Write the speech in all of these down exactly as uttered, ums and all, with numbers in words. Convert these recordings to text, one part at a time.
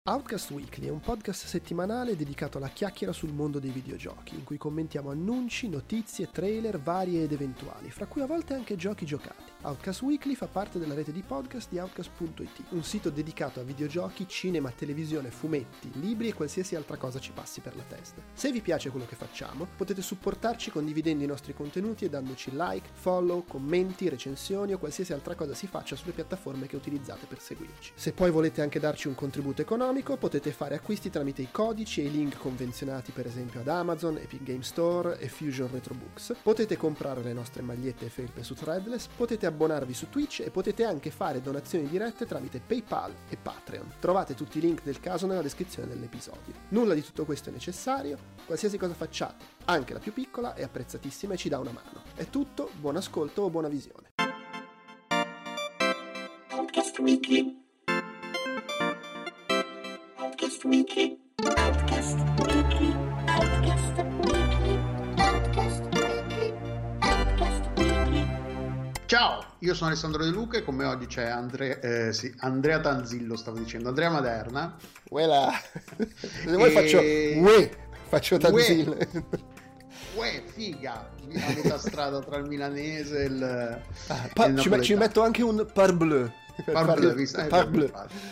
Outcast Weekly è un podcast settimanale dedicato alla chiacchiera sul mondo dei videogiochi, in cui commentiamo annunci, notizie, trailer vari ed eventuali, fra cui a volte anche giochi giocati. Outcast Weekly fa parte della rete di podcast di Outcast punto it, un sito dedicato a videogiochi, cinema, televisione, fumetti, libri e qualsiasi altra cosa ci passi per la testa. Se vi piace quello che facciamo, potete supportarci condividendo i nostri contenuti e dandoci like, follow, commenti, recensioni o qualsiasi altra cosa si faccia sulle piattaforme che utilizzate per seguirci. Se poi volete anche darci un contributo economico, potete fare acquisti tramite i codici e i link convenzionati per esempio ad Amazon, Epic Game Store e Fusion Retro Books. Potete comprare le nostre magliette e felpe su Threadless, potete abbonarvi su Twitch e potete anche fare donazioni dirette tramite PayPal e Patreon. Trovate tutti i link del caso nella descrizione dell'episodio. Nulla di tutto questo è necessario, qualsiasi cosa facciate, anche la più piccola, è apprezzatissima e ci dà una mano. È tutto, buon ascolto o buona visione. Outcast Weekly. Outcast Weekly. Outcast Weekly. Outcast Weekly. Outcast Weekly. Outcast Weekly. Ciao, io sono Alessandro De Luca e con me oggi c'è Andre, eh, sì, Andrea Tanzillo, stavo dicendo, Andrea Maderna. Uela! Se vuoi E- faccio Ue, faccio Tanzillo. Uè, figa, a metà strada tra il milanese e il, Ah, e pa- il ci, met- ci napoletano. metto anche un parbleu. Parbleu, visto? Eh, Parbleu.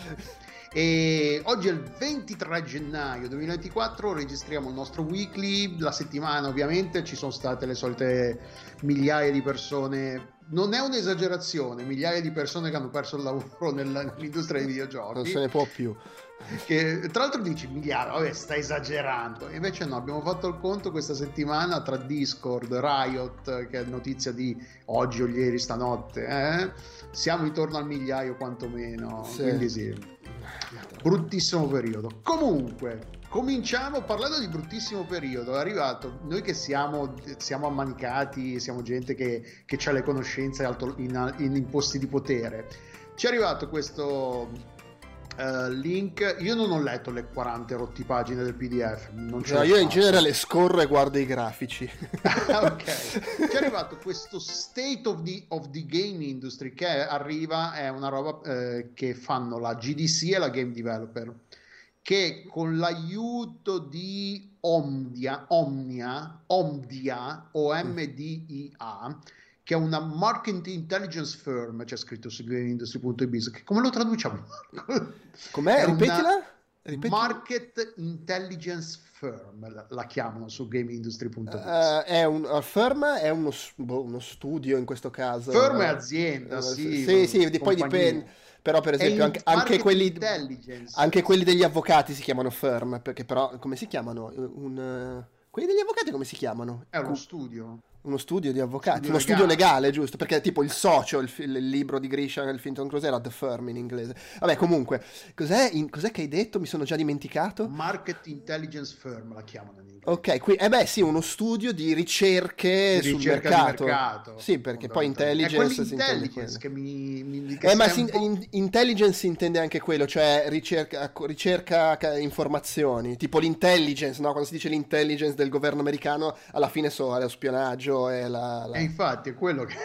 E oggi è il ventitré gennaio duemilaventiquattro, registriamo il nostro weekly. La settimana ovviamente ci sono state le solite migliaia di persone, non è un'esagerazione, migliaia di persone che hanno perso il lavoro nella- nell'industria dei videogiochi. Non se ne può più. Che tra l'altro dici migliaia, vabbè, sta esagerando, e invece no, abbiamo fatto il conto questa settimana tra Discord, Riot, che è notizia di oggi o ieri, stanotte, eh? Siamo intorno al migliaio quantomeno, Sì. quindi sì, bruttissimo periodo. Comunque cominciamo parlando di bruttissimo periodo. È arrivato, noi che siamo, siamo ammanicati, siamo gente che, che ha le conoscenze alto, in, in, in posti di potere, ci è arrivato questo Uh, link. Io non ho letto le quaranta rotti pagine del P D F, non ce No, l'ho io in fatta. genere scorro e guardo i grafici. Ok, ci è arrivato questo State of the, of the Game Industry che arriva, è una roba eh, che fanno la G D C e la Game Developer, che con l'aiuto di Omdia, Omnia, Omdia o M D I A, che è una market intelligence firm, c'è scritto su gameindustry punto it, che come lo traduciamo? Com'è? È una Ripetila? Ripeti- market intelligence firm, la, la chiamano su gameindustry punto it. Eh, è un uh, firm, è uno, s- boh, uno studio in questo caso. Firm è Eh, azienda, eh, sì, sì, sì, di- poi compagnia. dipende. Però per È esempio in anche, anche market quelli intelligence. anche quelli degli avvocati si chiamano firm, perché però come si chiamano? Un, eh, quelli degli avvocati come si chiamano? È uno Cu- studio. Uno studio di avvocati, Studio uno studio legale. legale, giusto? Perché tipo il socio, il, fi- il libro di Grisha nel Finton Cruise era The Firm in inglese. Vabbè, comunque, cos'è, in- cos'è che hai detto? Mi sono già dimenticato. Market intelligence firm la chiamano in inglese. Ok, qui, eh beh sì, uno studio di ricerche Di sul ricerca di mercato. mercato, Sì, perché poi fondamentalmente. intelligence È si intende quell'intelligence quello. che mi, mi che Eh, ma sei si- un po'- in- intelligence si intende anche quello, cioè ricerca, ricerca ca- informazioni, tipo l'intelligence, no? Quando si dice l'intelligence del governo americano, alla fine so, è lo spionaggio e la... la- E infatti è quello che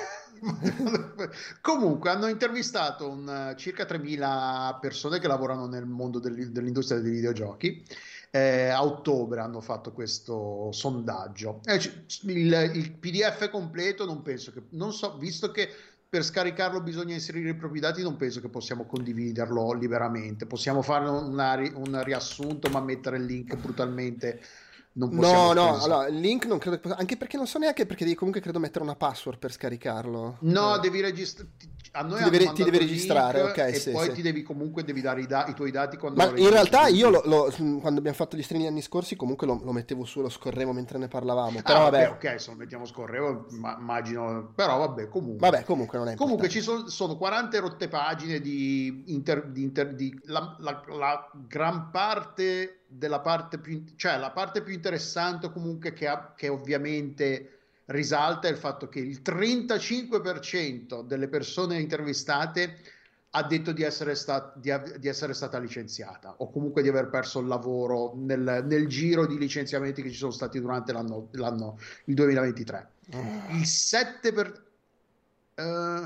comunque hanno intervistato un, circa tremila persone che lavorano nel mondo dell'in- dell'industria dei videogiochi. Eh, a ottobre hanno fatto questo sondaggio. Eh, c- il, il P D F completo non penso che, non so, visto che per scaricarlo bisogna inserire i propri dati, non penso che possiamo condividerlo liberamente. Possiamo fare una ri- un riassunto, ma mettere il link brutalmente non No, possiamo, no, penso. allora, il link non credo che possa- anche perché non so neanche perché devi comunque credo mettere una password per scaricarlo. No, Eh. devi registrare. A noi Ti hanno devi- ti mandato devi il registrare, link ok, e sì, poi sì. ti devi comunque devi dare i, da- i tuoi dati quando Ma lo in realtà registri. io lo, lo- quando abbiamo fatto gli stream gli anni scorsi comunque lo, lo mettevo su, lo scorrevo mentre ne parlavamo. Ah, Però vabbè, vabbè, ok, se lo mettiamo scorrevo, ma- immagino, però vabbè, comunque. vabbè, comunque non è Comunque importante. ci sono, sono quaranta rotte pagine di, inter, di, inter- di la, la- la gran parte della parte più, cioè la parte più interessante comunque che, ha- che ovviamente risalta è il fatto che il trentacinque per cento delle persone intervistate ha detto di essere, sta- di, av- di essere stata licenziata o comunque di aver perso il lavoro nel, nel giro di licenziamenti che ci sono stati durante l'anno, l'anno il duemilaventitré. Il sette per... eh,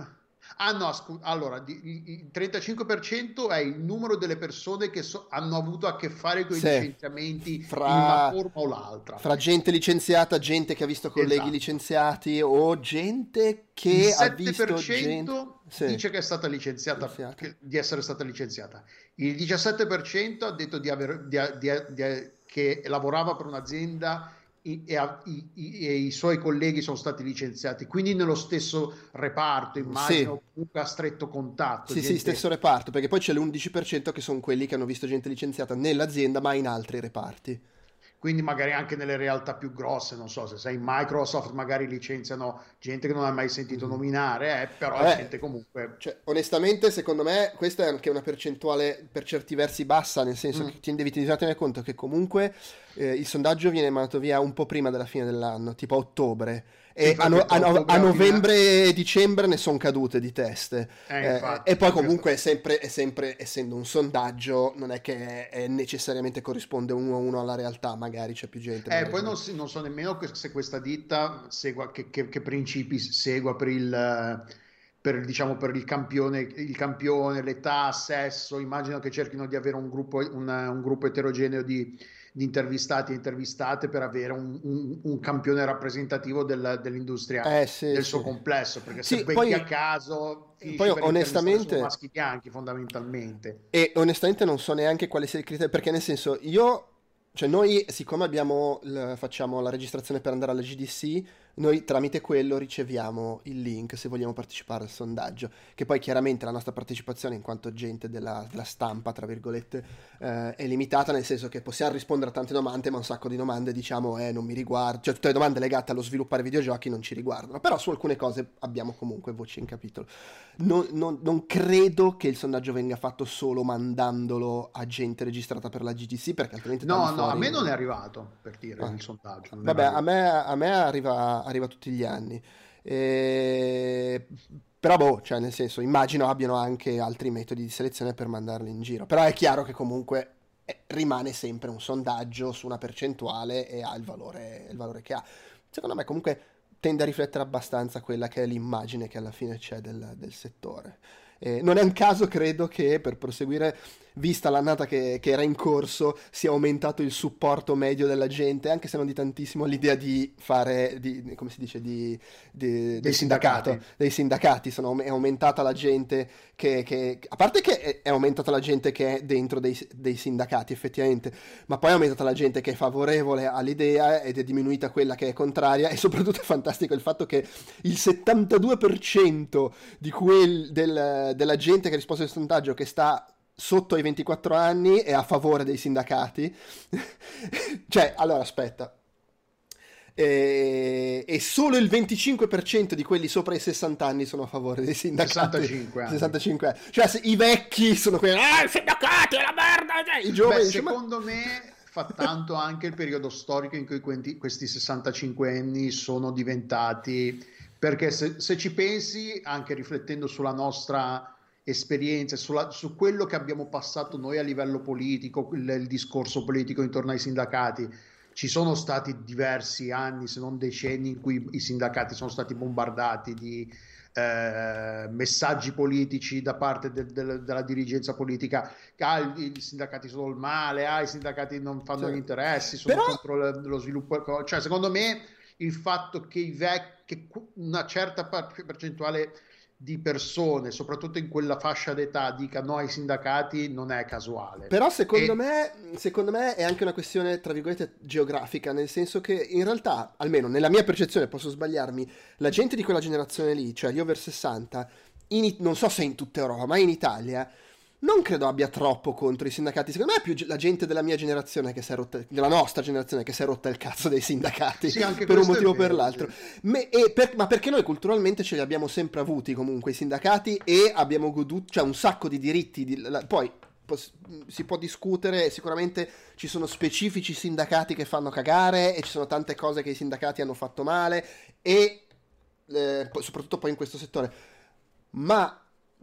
Ah no, scu- allora, di- il il trentacinque per cento è il numero delle persone che so- hanno avuto a che fare con i Sì, licenziamenti in una fra, forma o l'altra. fra gente licenziata, gente che ha visto colleghi Esatto. licenziati o gente Il che ha visto gente... sette per cento Sì, dice che è stata licenziata, licenziata. che- di essere stata licenziata. Il diciassette per cento ha detto di aver, di- di- di- che lavorava per un'azienda i- e, ha- i, i- e i suoi colleghi sono stati licenziati, quindi nello stesso reparto, Sì, immagino, comunque a stretto contatto, sì, sì, gente. stesso reparto, perché poi c'è l'undici per cento che sono quelli che hanno visto gente licenziata nell'azienda ma in altri reparti. Quindi magari anche nelle realtà più grosse, non so se sei Microsoft, magari licenziano gente che non hai mai sentito Mhm. nominare, eh, però è Vabbè, gente comunque. cioè, onestamente, secondo me, questa è anche una percentuale per certi versi bassa, nel senso Mm, che ti devi tenere conto che comunque eh, il sondaggio viene mandato via un po' prima della fine dell'anno, tipo a ottobre, sì, e a, perché no- a tra no- ottobre a alla fine. novembre e dicembre ne sono cadute di teste. Eh, Eh, e infatti, poi perché sta- comunque è sempre, è sempre, essendo un sondaggio, non è che è necessariamente corrisponde uno a uno alla realtà, magari c'è più gente, Eh, magari c'è poi meno. non, si- non so nemmeno que- se questa ditta segua, che, che- che principi segua per il, eh, per, il, diciamo, per il campione, il campione, l'età, sesso. Immagino che cerchino di avere un gruppo, un, un gruppo eterogeneo di, di intervistati e intervistate per avere un, un- un campione rappresentativo del- dell'industria Eh sì, nel suo sì. complesso, perché se Sì, becchi a poi, caso poi finisci per intervistare solo onestamente... maschi bianchi, fondamentalmente. E onestamente non so neanche quale sia il criterio, perché nel senso io, cioè noi siccome abbiamo, il- facciamo la registrazione per andare alla G D C, noi tramite quello riceviamo il link se vogliamo partecipare al sondaggio, che poi chiaramente la nostra partecipazione in quanto gente della, della stampa, tra virgolette, eh, è limitata, nel senso che possiamo rispondere a tante domande, ma un sacco di domande diciamo eh non mi riguardano, cioè tutte le domande legate allo sviluppare videogiochi non ci riguardano, però su alcune cose abbiamo comunque voce in capitolo. Non, non- non credo che il sondaggio venga fatto solo mandandolo a gente registrata per la G D C, perché altrimenti No, tagli no, a fuori... me non è arrivato, per dire, Ah. il sondaggio. Non è Vabbè, mai a arrivato. me, a me arriva, arriva tutti gli anni. E... Però, boh, cioè, nel senso, immagino abbiano anche altri metodi di selezione per mandarli in giro. Però è chiaro che comunque eh, rimane sempre un sondaggio su una percentuale e ha il valore, il valore che ha. Secondo me, comunque, tende a riflettere abbastanza quella che è l'immagine che alla fine c'è del, del settore. Eh, non è un caso, credo, che per proseguire, vista l'annata che, che era in corso, sia aumentato il supporto medio della gente, anche se non di tantissimo, l'idea di fare, di, come si dice, di, di- Dei del sindacato, sindacati. dei sindacati, sono, è aumentata la gente che, che- a parte che è, è aumentata la gente che è dentro dei, dei sindacati effettivamente, ma poi è aumentata la gente che è favorevole all'idea ed è diminuita quella che è contraria, e soprattutto è fantastico il fatto che il settantadue per cento di quel, del- della gente che ha risposto al sondaggio che sta sotto ai ventiquattro anni è a favore dei sindacati. Cioè, allora aspetta. E, e solo il venticinque per cento di quelli sopra i sessanta anni sono a favore dei sindacati. sessantacinque anni. sessantacinque anni. Cioè, se i vecchi sono quelli, ah, i sindacati è la merda, cioè, i Beh, giovani dice, ma... secondo me fa tanto anche il periodo storico in cui quenti- questi sessantacinque anni sono diventati, perché se, se ci pensi, anche riflettendo sulla nostra esperienza, sulla- su quello che abbiamo passato noi a livello politico, il, il discorso politico intorno ai sindacati, ci sono stati diversi anni, se non decenni, in cui i sindacati sono stati bombardati di eh, messaggi politici da parte del- del- della dirigenza politica, che ah, i, i sindacati sono il male, ah, i sindacati non fanno Cioè, gli interessi, sono però contro le- lo sviluppo. Cioè, secondo me il fatto che i vecchi, che una certa par- percentuale di persone, soprattutto in quella fascia d'età, dica no ai sindacati non è casuale. Però secondo E me, secondo me è anche una questione, tra virgolette, geografica, nel senso che in realtà, almeno nella mia percezione, posso sbagliarmi, la gente di quella generazione lì, cioè gli over sessanta, in I- non so se in tutta Europa, ma in Italia, non credo abbia troppo contro i sindacati. Secondo me è più ge- la gente della mia generazione che si è rotta, della nostra generazione che si è rotta il cazzo dei sindacati, sì, anche per un questo è motivo o per vero, l'altro. sì. Me- e per- ma perché noi culturalmente ce li abbiamo sempre avuti comunque i sindacati e abbiamo goduto, cioè un sacco di diritti. Di, la- poi pos- si può discutere, sicuramente ci sono specifici sindacati che fanno cagare e ci sono tante cose che i sindacati hanno fatto male e eh, poi- soprattutto poi in questo settore. Ma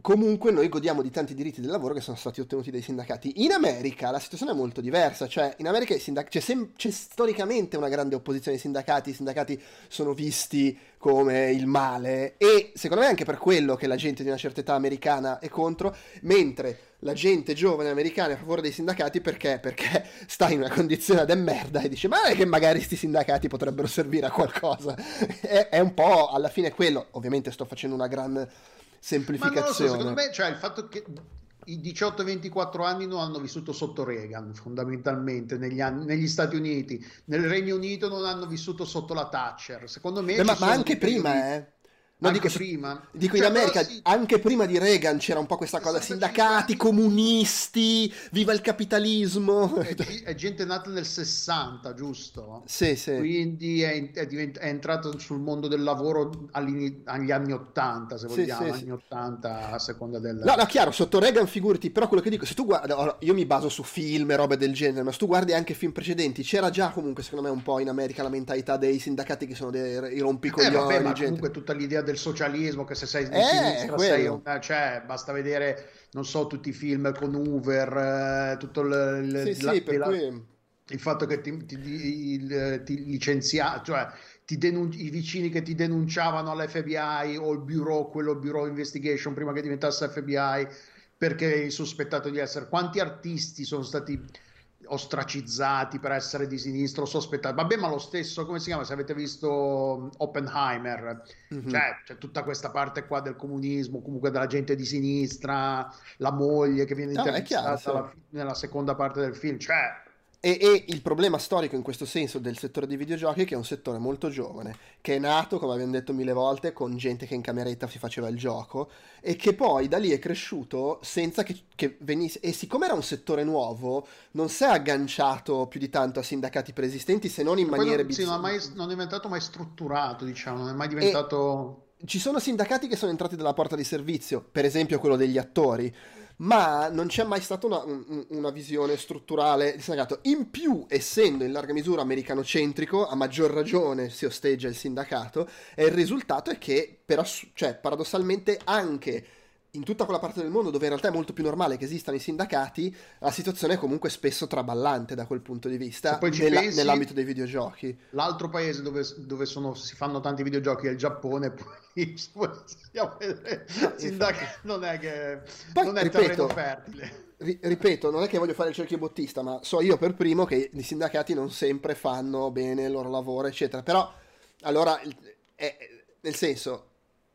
comunque noi godiamo di tanti diritti del lavoro che sono stati ottenuti dai sindacati. In America la situazione è molto diversa, cioè in America i sindac- c'è, sem- c'è storicamente una grande opposizione ai sindacati, i sindacati sono visti come il male e secondo me anche per quello che la gente di una certa età americana è contro, mentre la gente giovane americana è a favore dei sindacati perché? Perché sta in una condizione de merda e dice ma è che magari sti sindacati potrebbero servire a qualcosa. è, è un po' alla fine quello, ovviamente sto facendo una gran semplificazione. Ma non lo so, secondo me, cioè il fatto che i diciotto ventiquattro anni non hanno vissuto sotto Reagan, fondamentalmente, negli, anni, negli Stati Uniti. Nel Regno Unito non hanno vissuto sotto la Thatcher. Secondo me... Beh, ma, ma anche prima, periodi... eh. No, anche dico, prima. Dico cioè, in America, sì, anche prima di Reagan c'era un po' questa cosa, sindacati, comunisti, viva il capitalismo. È, è gente nata nel sessanta, giusto? Sì, sì. Quindi è, è, divent- è entrato sul mondo del lavoro agli anni ottanta, se vogliamo, sì, sì, anni sì. ottanta a seconda del... No, no, chiaro, sotto Reagan figurati, però quello che dico, se tu guardi, io mi baso su film e robe del genere, ma se tu guardi anche film precedenti, c'era già comunque secondo me un po' in America la mentalità dei sindacati che sono dei i rompicoglioni. Eh, vabbè, ma gente. comunque tutta l'idea del socialismo, che se sei di Eh, sinistra quello. sei una, cioè basta vedere, non so, tutti i film con Hoover, eh, tutto il, il, Sì, la- sì, per la- cui... il fatto che ti, ti, il- ti licenzia, cioè ti denun- i vicini che ti denunciavano all'F B I o il bureau, quello Bureau Investigation prima che diventasse F B I perché eri sospettato di essere, quanti artisti sono stati ostracizzati per essere di sinistra o sospettati, vabbè, ma lo stesso, come si chiama, se avete visto Oppenheimer, Mhm. cioè c'è tutta questa parte qua del comunismo, comunque della gente di sinistra, la moglie che viene No, è chiaro, intervistata sì. alla- nella seconda parte del film, cioè E, e il problema storico in questo senso del settore dei videogiochi è che è un settore molto giovane, che è nato, come abbiamo detto mille volte, con gente che in cameretta si faceva il gioco e che poi da lì è cresciuto senza che, che venisse... E siccome era un settore nuovo, non si è agganciato più di tanto a sindacati preesistenti se non in poi maniere non, sì, non, è mai, bizzarre. non è diventato mai strutturato, diciamo, non è mai diventato... Ci sono sindacati che sono entrati dalla porta di servizio, per esempio quello degli attori, ma non c'è mai stata una, un- una visione strutturale del sindacato. In più, essendo in larga misura americanocentrico, a maggior ragione si osteggia il sindacato, e il risultato è che, per ass- cioè, paradossalmente, anche in tutta quella parte del mondo dove in realtà è molto più normale che esistano i sindacati, la situazione è comunque spesso traballante da quel punto di vista, Se poi ci nella- pensi- nell'ambito dei videogiochi. L'altro paese dove, dove sono- si fanno tanti videogiochi è il Giappone, poi stiamo a vedere, No, sindacato non è che Poi, non è ripeto, terreno fertile. ri- ripeto, non è che voglio fare il cerchio bottista, ma so io per primo che i sindacati non sempre fanno bene il loro lavoro, eccetera. Però, allora, il- è- nel senso,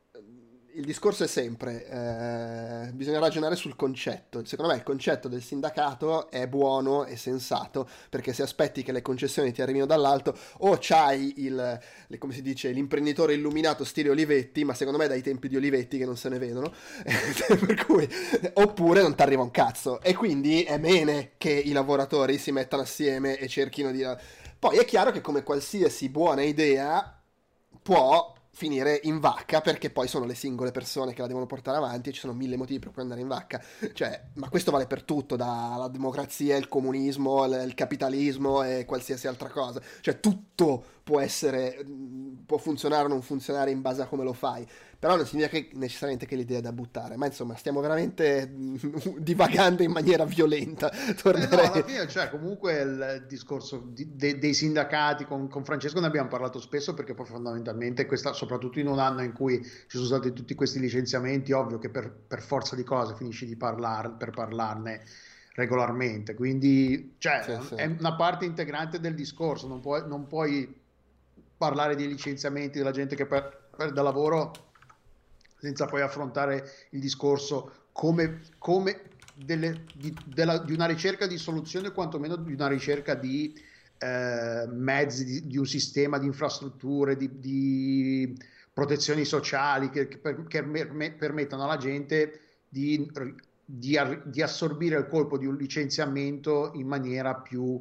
il discorso è sempre, eh, bisogna ragionare sul concetto. Secondo me il concetto del sindacato è buono e sensato, perché se aspetti che le concessioni ti arrivino dall'alto, o c'hai il, le- come si dice, l'imprenditore illuminato stile Olivetti, ma secondo me dai tempi di Olivetti che non se ne vedono, per cui, oppure non ti arriva un cazzo. E quindi è bene che i lavoratori si mettano assieme e cerchino di... Poi è chiaro che come qualsiasi buona idea può finire in vacca, perché poi sono le singole persone che la devono portare avanti e ci sono mille motivi per cui andare in vacca. Cioè, ma questo vale per tutto, dalla democrazia, il comunismo, il, il capitalismo e qualsiasi altra cosa. Cioè, tutto può essere, mh, può funzionare o non funzionare in base a come lo fai. Però non significa che necessariamente che l'idea è da buttare. Ma insomma, stiamo veramente mh, divagando in maniera violenta. Eh no, Tornerei... alla fine, cioè, comunque il discorso di- de- dei sindacati con, con Francesco ne abbiamo parlato spesso, perché poi fondamentalmente questa, soprattutto in un anno in cui ci sono stati tutti questi licenziamenti, ovvio che per, per forza di cose finisci di parlar, per parlarne regolarmente, quindi cioè, Sì, sì. è una parte integrante del discorso, non puoi, non puoi parlare di licenziamenti della gente che per- perde lavoro senza poi affrontare il discorso come, come delle- di, della- di una ricerca di soluzione, quantomeno di una ricerca di eh, mezzi, di, di un sistema di infrastrutture, di, di protezioni sociali che, che per- che perme- permettano alla gente di, di ar- di assorbire il colpo di un licenziamento in maniera più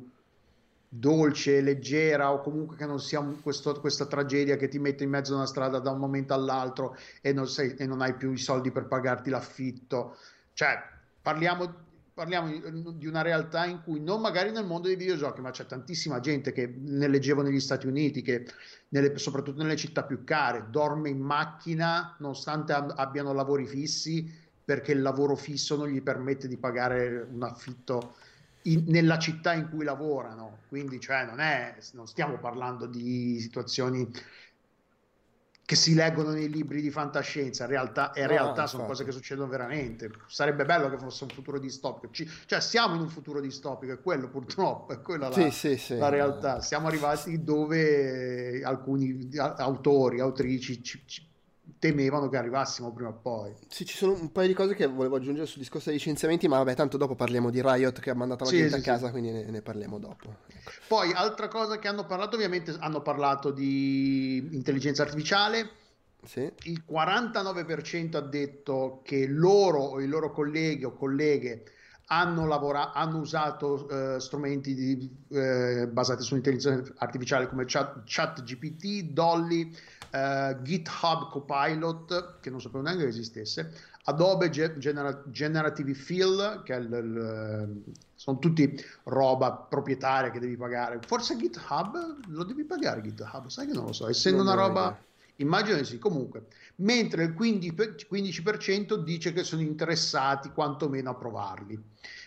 dolce, leggera, o comunque che non sia un- questo- questa tragedia che ti mette in mezzo a una strada da un momento all'altro e non, sei- e non hai più i soldi per pagarti l'affitto. Cioè, parliamo, parliamo di- di una realtà in cui non magari nel mondo dei videogiochi, ma c'è tantissima gente che ne leggevo negli Stati Uniti, che nelle- soprattutto nelle città più care, dorme in macchina nonostante ab- abbiano lavori fissi perché il lavoro fisso non gli permette di pagare un affitto in- nella città in cui lavorano. Quindi, cioè, non è, non stiamo parlando di situazioni che si leggono nei libri di fantascienza, in realtà, in No, realtà sono cose infatti. che succedono veramente. Sarebbe bello che fosse un futuro distopico. Ci- cioè, siamo in un futuro distopico, è quello purtroppo, è quella Sì, la, sì, sì. la eh, realtà. Siamo arrivati dove alcuni a- autori, autrici ci- ci temevano che arrivassimo prima o poi. Sì, ci sono un paio di cose che volevo aggiungere sul discorso dei licenziamenti, ma vabbè, tanto dopo parliamo di Riot che ha mandato la Sì, gente a sì, sì. casa, quindi ne, ne parliamo dopo. Ecco. Poi, altra cosa che hanno parlato, ovviamente, hanno parlato di intelligenza artificiale. Sì, Il quarantanove per cento ha detto che loro o i loro colleghi o colleghe hanno, lavora- hanno usato eh, strumenti di- eh, basati sull'intelligenza artificiale come Chat, ChatGPT, Dolly, eh, GitHub Copilot, che non sapevo neanche che esistesse, Adobe Ge- Genera- Generative Fill, che è il, il- sono tutti roba proprietaria che devi pagare. Forse GitHub lo devi pagare GitHub, sai che non lo so, essendo non una ne ho roba. idea. Immagino di sì, comunque. Mentre il quindici per- quindici per cento dice che sono interessati quantomeno a provarli.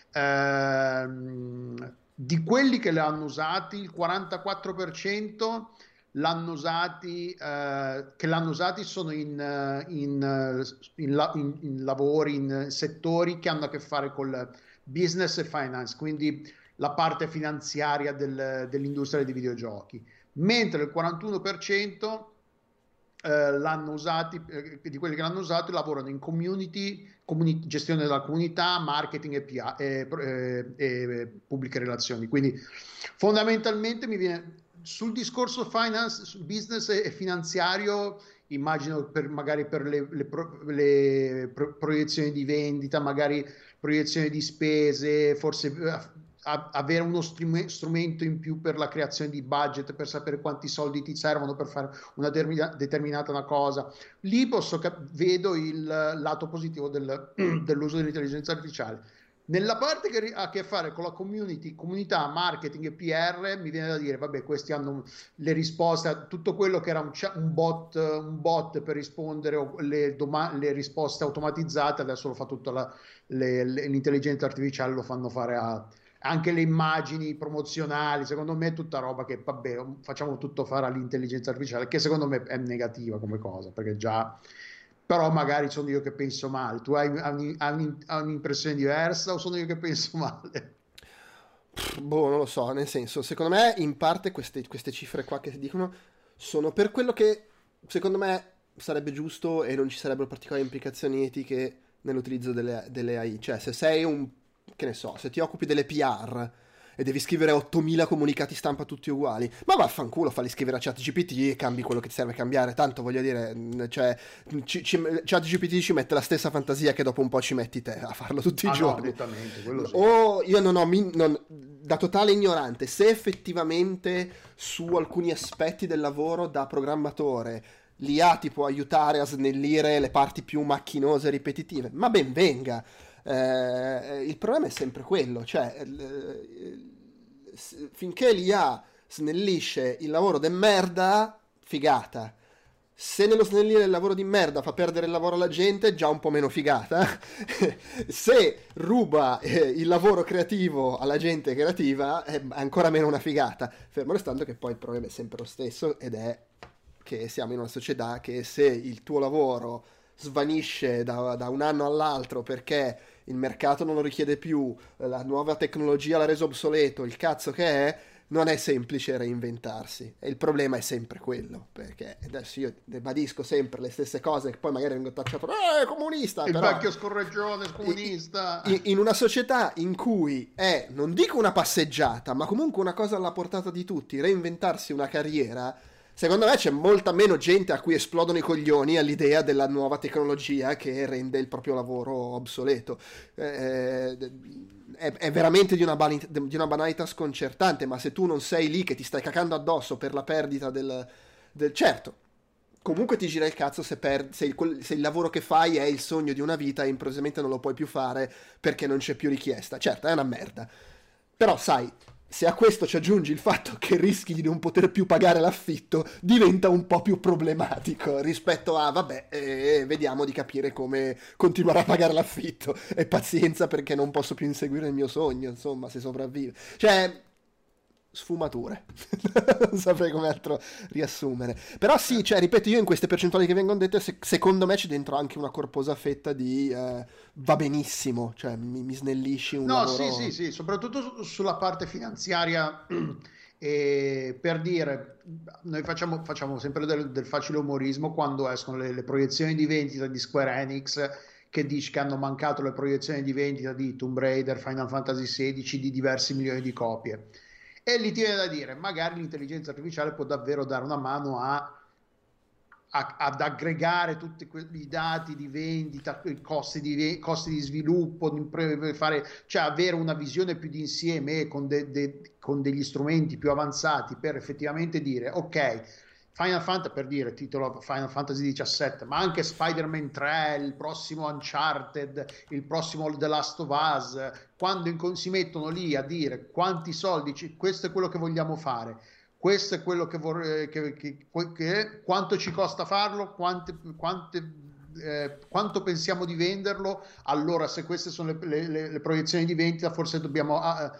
Ehm, di quelli che le hanno usati, il quarantaquattro per cento l'hanno usati, eh, che l'hanno usati sono in, eh, in, eh, in la- in- in lavori, in settori che hanno a che fare col business e finance, quindi la parte finanziaria del- dell'industria dei videogiochi. Mentre il quarantuno per cento eh, l'hanno usati, eh, di quelli che l'hanno usato lavorano in community, comuni- gestione della comunità, marketing e, P R, e, e- e pubbliche relazioni. Quindi fondamentalmente mi viene sul discorso finance, sul business e, e finanziario, immagino per, magari per le, le pro- le pro- proiezioni di vendita, magari proiezioni di spese, forse eh, a- avere uno strum- strumento in più per la creazione di budget, per sapere quanti soldi ti servono per fare una termina- determinata una cosa. Lì posso cap- vedo il lato positivo del- dell'uso dell'intelligenza artificiale. Nella parte che ri- ha a che fare con la community, comunità, marketing e P R, mi viene da dire, vabbè, questi hanno le risposte a tutto quello che era un, chat- un bot, un bot per rispondere o le, doma- le risposte automatizzate, adesso lo fa tutta la- le- le- l'intelligenza artificiale, lo fanno fare a anche le immagini promozionali. Secondo me è tutta roba che vabbè, facciamo tutto fare all'intelligenza artificiale, che secondo me è negativa come cosa, perché già, però magari sono io che penso male. Tu hai, hai, hai, hai un'impressione diversa o sono io che penso male? Boh, non lo so, nel senso, secondo me in parte queste, queste cifre qua che si dicono sono per quello che secondo me sarebbe giusto e non ci sarebbero particolari implicazioni etiche nell'utilizzo delle, delle A I. Cioè, se sei un, che ne so, se ti occupi delle P R e devi scrivere ottomila comunicati stampa tutti uguali, ma vaffanculo, falli scrivere a ChatGPT e cambi quello che ti serve cambiare. Tanto voglio dire, mh, cioè, ci, ci- ChatGPT ci mette la stessa fantasia che dopo un po' ci metti te a farlo tutti i Ah no, giorni. nettamente, quello sì. O io non ho, min- non- da totale ignorante, se effettivamente su alcuni aspetti del lavoro da programmatore l'I A ti può aiutare a snellire le parti più macchinose e ripetitive, ma ben venga. Eh, il problema è sempre quello, cioè eh, s- finché l'I A snellisce il lavoro de merda, figata. Se nello snellire il lavoro di merda fa perdere il lavoro alla gente, già un po' meno figata. Se ruba eh, il lavoro creativo alla gente creativa, è ancora meno una figata. Fermo restando che poi il problema è sempre lo stesso, ed è che siamo in una società che se il tuo lavoro svanisce da, da un anno all'altro perché il mercato non lo richiede più, la nuova tecnologia l'ha reso obsoleto, il cazzo che è, non è semplice reinventarsi. E il problema è sempre quello, perché adesso io ribadisco sempre le stesse cose che poi magari vengo tacciato, eh, comunista, Il però vecchio scorreggione comunista. in, in una società in cui è, non dico una passeggiata, ma comunque una cosa alla portata di tutti, reinventarsi una carriera, secondo me c'è molta meno gente a cui esplodono i coglioni all'idea della nuova tecnologia che rende il proprio lavoro obsoleto. Eh, è, è veramente di una, bani- di una banalità sconcertante, ma se tu non sei lì che ti stai cacando addosso per la perdita del... del certo, comunque ti gira il cazzo se, per, se, il, se il lavoro che fai è il sogno di una vita e improvvisamente non lo puoi più fare perché non c'è più richiesta. Certo, è una merda. Però sai, se a questo ci aggiungi il fatto che rischi di non poter più pagare l'affitto, diventa un po' più problematico rispetto a, vabbè, eh, vediamo di capire come continuare a pagare l'affitto e pazienza perché non posso più inseguire il mio sogno, insomma, se sopravvive. Cioè, sfumature. Non saprei come altro riassumere. Però sì, cioè, ripeto, io in queste percentuali che vengono dette, se- secondo me c'è dentro anche una corposa fetta di eh, va benissimo, cioè mi, mi snellisci un No, lavoro. sì, sì, sì, soprattutto su- sulla parte finanziaria, e per dire, noi facciamo, facciamo sempre del, del facile umorismo quando escono le, le proiezioni di vendita di Square Enix, che dice che hanno mancato le proiezioni di vendita di Tomb Raider, Final Fantasy sedici di diversi milioni di copie. E lì ti viene da dire, magari l'intelligenza artificiale può davvero dare una mano a a- ad aggregare tutti que- i dati di vendita, i costi di, ve- costi di sviluppo, di pre- per fare, cioè avere una visione più d'insieme e con, de- de- con degli strumenti più avanzati per effettivamente dire, ok, Final Fantasy, per dire, titolo Final Fantasy diciassette, ma anche Spider-Man tre, il prossimo Uncharted, il prossimo The Last of Us, quando in- si mettono lì a dire quanti soldi, ci- questo è quello che vogliamo fare, questo è quello che vorrei, che, che- che- quanto ci costa farlo, quante, quante, eh, quanto pensiamo di venderlo. Allora, se queste sono le, le- le- le proiezioni di vendita, forse dobbiamo, ah,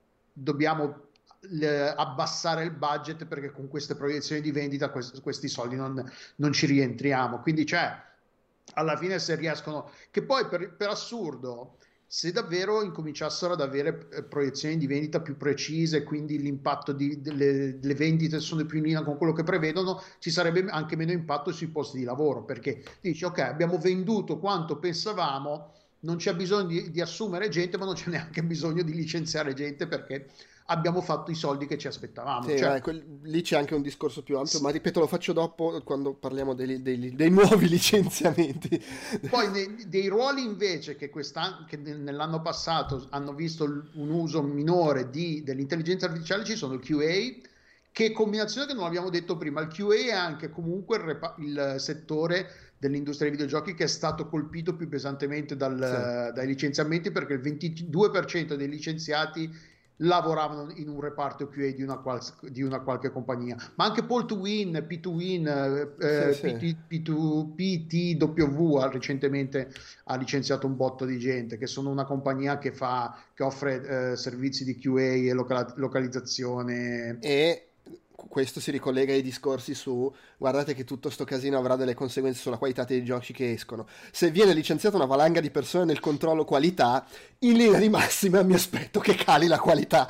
dobbiamo le- abbassare il budget perché con queste proiezioni di vendita quest- questi soldi non, non ci rientriamo. Quindi, cioè, alla fine se riescono, che poi per, per assurdo, se davvero incominciassero ad avere eh, proiezioni di vendita più precise, quindi l'impatto di, delle, delle vendite sono più in linea con quello che prevedono, ci sarebbe anche meno impatto sui posti di lavoro, perché dici, ok, abbiamo venduto quanto pensavamo, non c'è bisogno di, di assumere gente, ma non c'è neanche bisogno di licenziare gente perché abbiamo fatto i soldi che ci aspettavamo. Sì, vai, Cioè, quel- lì c'è anche un discorso più ampio, ma ripeto, lo faccio dopo quando parliamo dei, dei- dei nuovi licenziamenti. poi ne- dei ruoli invece che, quest'anno, che nel- nell'anno passato hanno visto l- un uso minore di- dell'intelligenza artificiale, ci sono il Q A, che combinazione che non abbiamo detto prima, il Q A è anche comunque il, repa- il settore dell'industria dei videogiochi che è stato colpito più pesantemente Sì. dal- dai licenziamenti, perché il ventidue per cento dei licenziati lavoravano in un reparto Q A di una, quals- di una qualche compagnia, ma anche Pay to Win, P to Win, Sì, eh, sì. P T, P to, P T W ha recentemente ha licenziato un botto di gente, che sono una compagnia che fa, che offre eh, servizi di Q A e local- localizzazione. E questo si ricollega ai discorsi su guardate che tutto sto casino avrà delle conseguenze sulla qualità dei giochi che escono. Se viene licenziata una valanga di persone nel controllo qualità, in linea di massima mi aspetto che cali la qualità.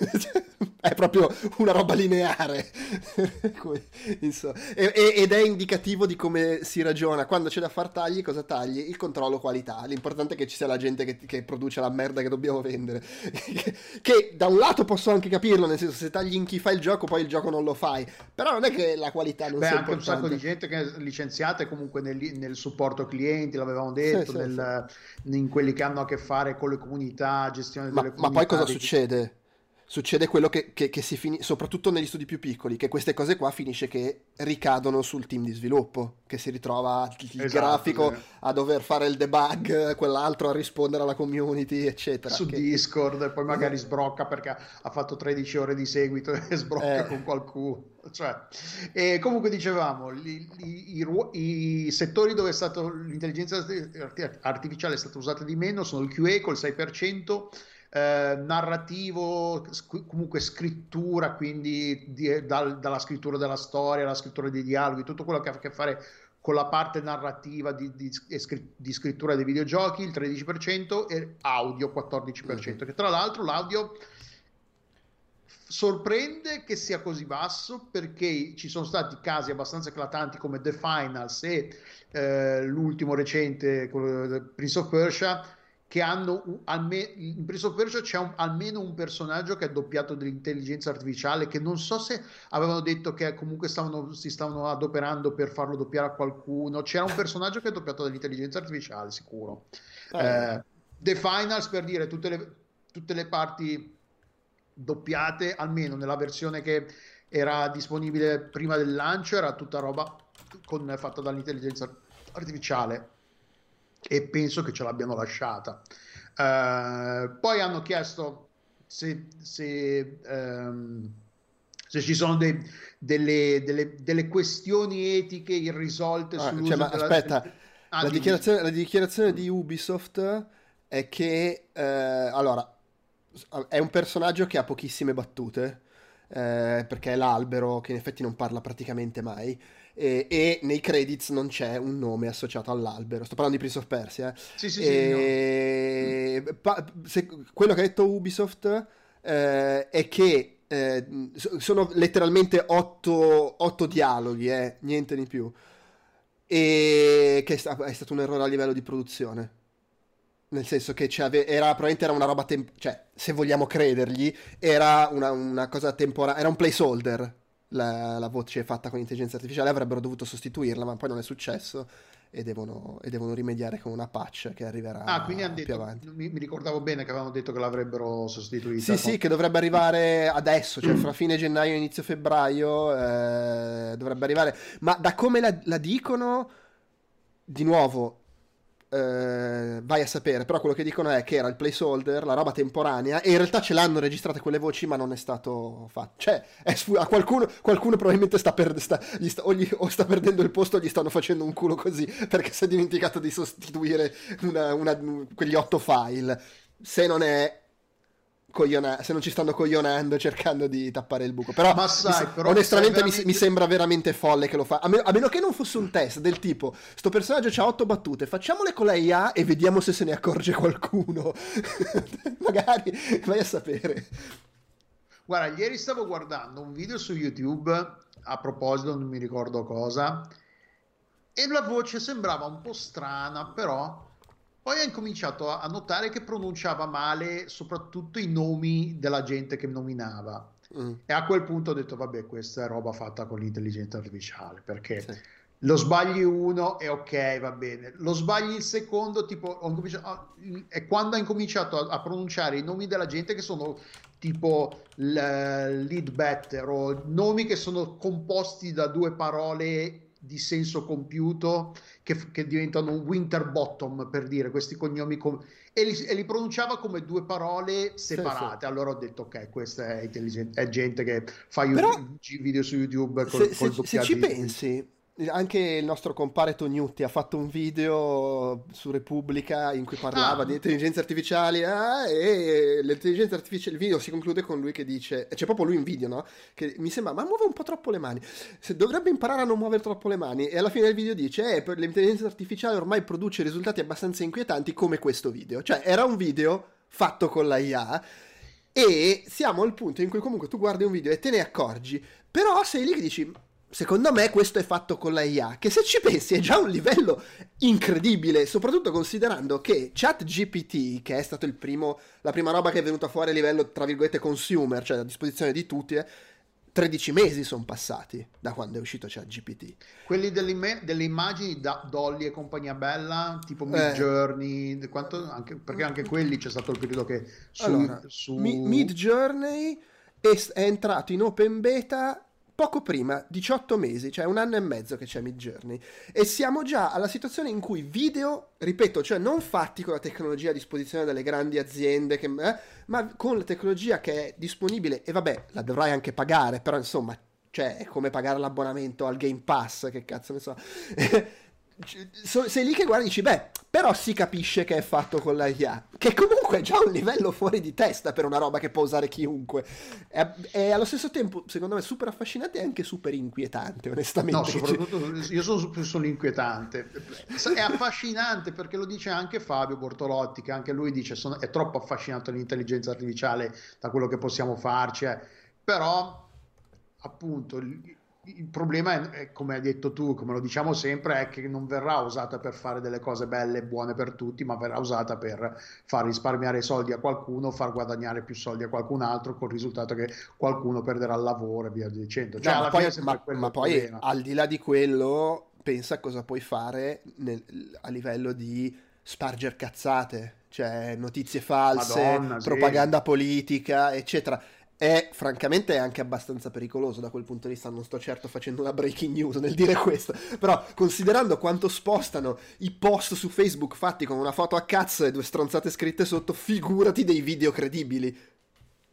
È proprio una roba lineare. Come- insomma. E- e- ed è indicativo di come si ragiona. Quando c'è da far tagli, cosa tagli? Il controllo qualità. L'importante è che ci sia la gente che, che produce la merda che dobbiamo vendere. che, che da un lato posso anche capirlo, nel senso, se tagli in chi fa il gioco, poi il gioco non lo fai. Però non è che la qualità non Beh, sia anche un sacco importante. di gente che è licenziata e comunque nel, nel supporto clienti, l'avevamo Sì, detto, sì, sì. nel- in quelli che hanno a che fare con le comunità, gestione Ma, delle ma poi comunità. cosa dei- succede? Succede quello che, che- che si finisce, soprattutto negli studi più piccoli, che queste cose qua finisce che ricadono sul team di sviluppo, che si ritrova il Esatto, grafico sì. a dover fare il debug, quell'altro a rispondere alla community, eccetera. Su Che- Discord e poi magari sbrocca perché ha fatto tredici ore di seguito e sbrocca eh, con qualcuno. Cioè, e comunque dicevamo, i, i- i ruo- i settori dove è stato, l'intelligenza arti- artificiale è stata usata di meno sono il Q A col sei per cento, eh, narrativo, sc- comunque scrittura, quindi di- dal- dalla scrittura della storia, alla scrittura dei dialoghi, tutto quello che ha a che fare con la parte narrativa di, di- e scri- di scrittura dei videogiochi, il tredici per cento, e audio quattordici per cento, che tra l'altro l'audio sorprende che sia così basso, perché ci sono stati casi abbastanza eclatanti come The Finals e eh, l'ultimo recente, quello del Prince of Persia, che hanno un- alme- in Prince of Persia c'è un- almeno un personaggio che è doppiato dall'intelligenza artificiale, che non so se avevano detto che comunque stavano, si stavano adoperando per farlo doppiare a qualcuno. C'era un personaggio che è doppiato dall'intelligenza artificiale, sicuro. eh, Eh, The Finals, per dire, tutte le, tutte le parti doppiate, almeno nella versione che era disponibile prima del lancio, era tutta roba con, fatta dall'intelligenza artificiale, e penso che ce l'abbiano lasciata. Eh, poi hanno chiesto se, se, ehm, se ci sono dei- delle, delle- delle questioni etiche irrisolte Ah, sull'uso cioè, ma della... aspetta, Ah, la dimmi. dichiarazione, la dichiarazione di Ubisoft è che, eh, allora, è un personaggio che ha pochissime battute, eh, perché è l'albero che in effetti non parla praticamente mai, e, e nei credits non c'è un nome associato all'albero. Sto parlando di Prince of Persia. Sì, sì, sì, no. E pa- se- quello che ha detto Ubisoft, eh, è che eh, so- sono letteralmente otto, otto dialoghi, eh, niente di più. E che è, sta- è stato un errore a livello di produzione. Nel senso che c'ave- era, probabilmente era una roba, tem- cioè, se vogliamo credergli, era una, una cosa temporanea, era un placeholder. La, la voce fatta con intelligenza artificiale, avrebbero dovuto sostituirla, ma poi non è successo e devono, e devono rimediare con una patch che Ah, quindi hanno arriverà più detto, avanti. mi, mi ricordavo bene che avevano detto che l'avrebbero Sì, sostituita con... sì, che dovrebbe arrivare adesso, cioè fra fine gennaio e inizio febbraio, eh, dovrebbe arrivare. Ma da come la, la dicono, di nuovo, eh, vai a sapere, però quello che dicono è che era il placeholder, la roba temporanea, e in realtà ce l'hanno registrate quelle voci, ma non è stato fatto. Cioè, è sfu- a qualcuno, qualcuno probabilmente sta, per, sta, gli sta- o, gli- o sta perdendo il posto o gli stanno facendo un culo così, perché si è dimenticato di sostituire una- una- quegli otto file. Se non è cogliona- se non ci stanno coglionando cercando di tappare il buco, però Ma mi sai, se- però onestamente sai mi, veramente... mi sembra veramente folle che lo fa, a, me- a meno che non fosse un test del tipo sto personaggio c'ha otto battute, facciamole con la I A e vediamo se se ne accorge qualcuno. Magari, vai a sapere. Guarda, ieri stavo guardando un video su YouTube, a proposito, non mi ricordo cosa, e la voce sembrava un po' strana, però poi ho incominciato a a notare che pronunciava male soprattutto i nomi della gente che nominava. Mm, E a quel punto ho detto, vabbè, questa è roba fatta con l'intelligenza artificiale, perché sì. lo sbagli uno e ok, va bene. Lo sbagli il secondo, tipo, ho incominciato, ah, è quando ha incominciato a, a pronunciare i nomi della gente che sono tipo l- lead better o nomi che sono composti da due parole di senso compiuto che, che diventano un Winterbottom, per dire questi cognomi com- e, li, e li pronunciava come due parole Sì, sì. separate. Allora ho detto ok, questa è, intelligente, è gente che fa Però YouTube- video su YouTube se, col, se- col se ci doppiaggio di... pensi, anche il nostro compare Tognutti ha fatto un video su Repubblica in cui parlava di Ah, intelligenze artificiali, ah, e l'intelligenza artificiale, il video si conclude con lui che dice, c'è proprio lui in video, no? Che mi sembra, ma muove un po' troppo le mani, se dovrebbe imparare a non muovere troppo le mani, e alla fine del video dice, eh, per l'intelligenza artificiale ormai produce risultati abbastanza inquietanti come questo video, cioè era un video fatto con la I A, e siamo al punto in cui comunque tu guardi un video e te ne accorgi, però sei lì che dici, secondo me questo è fatto con la I A, che se ci pensi è già un livello incredibile, soprattutto considerando che ChatGPT, che è stato il primo, la prima roba che è venuta fuori a livello, tra virgolette, consumer, cioè a disposizione di tutti, eh, tredici mesi sono passati da quando è uscito ChatGPT. quelli delle, imme- delle immagini da Dolly e compagnia bella, tipo Mid Eh, Journey, quanto, anche, perché anche quelli c'è stato il periodo che su, allora, Mi- su... Mid Journey è, è entrato in open beta poco prima, diciotto mesi, cioè un anno e mezzo che c'è Mid Journey, e siamo già alla situazione in cui video, ripeto, cioè non fatti con la tecnologia a disposizione delle grandi aziende, che, eh, ma con la tecnologia che è disponibile, e vabbè, la dovrai anche pagare, però insomma, cioè è come pagare l'abbonamento al Game Pass, che cazzo ne so. So- sei lì che guardi e dici, beh, però si capisce che è fatto con la I A, che comunque è già un livello fuori di testa per una roba che può usare chiunque. È, è allo stesso tempo, secondo me, super affascinante e anche super inquietante, No, onestamente. che ci- soprattutto io sono, sono inquietante. È affascinante perché lo dice anche Fabio Bortolotti, che anche lui dice sono, è troppo affascinato l'intelligenza artificiale da quello che possiamo farci, eh. Però appunto il, il problema è, è, come hai detto tu, come lo diciamo sempre, è che non verrà usata per fare delle cose belle e buone per tutti, ma verrà usata per far risparmiare soldi a qualcuno, far guadagnare più soldi a qualcun altro, col risultato che qualcuno perderà il lavoro e via dicendo. Cioè, No, ma alla poi, fine è sempre ma- quello ma il poi, problema. al di là di quello, pensa a cosa puoi fare nel- a livello di sparger cazzate, cioè notizie false, Madonna, sì. propaganda politica, eccetera. È francamente è anche abbastanza pericoloso da quel punto di vista. Non sto certo facendo una breaking news nel dire questo, però considerando quanto spostano i post su Facebook fatti con una foto a cazzo e due stronzate scritte sotto, figurati dei video credibili.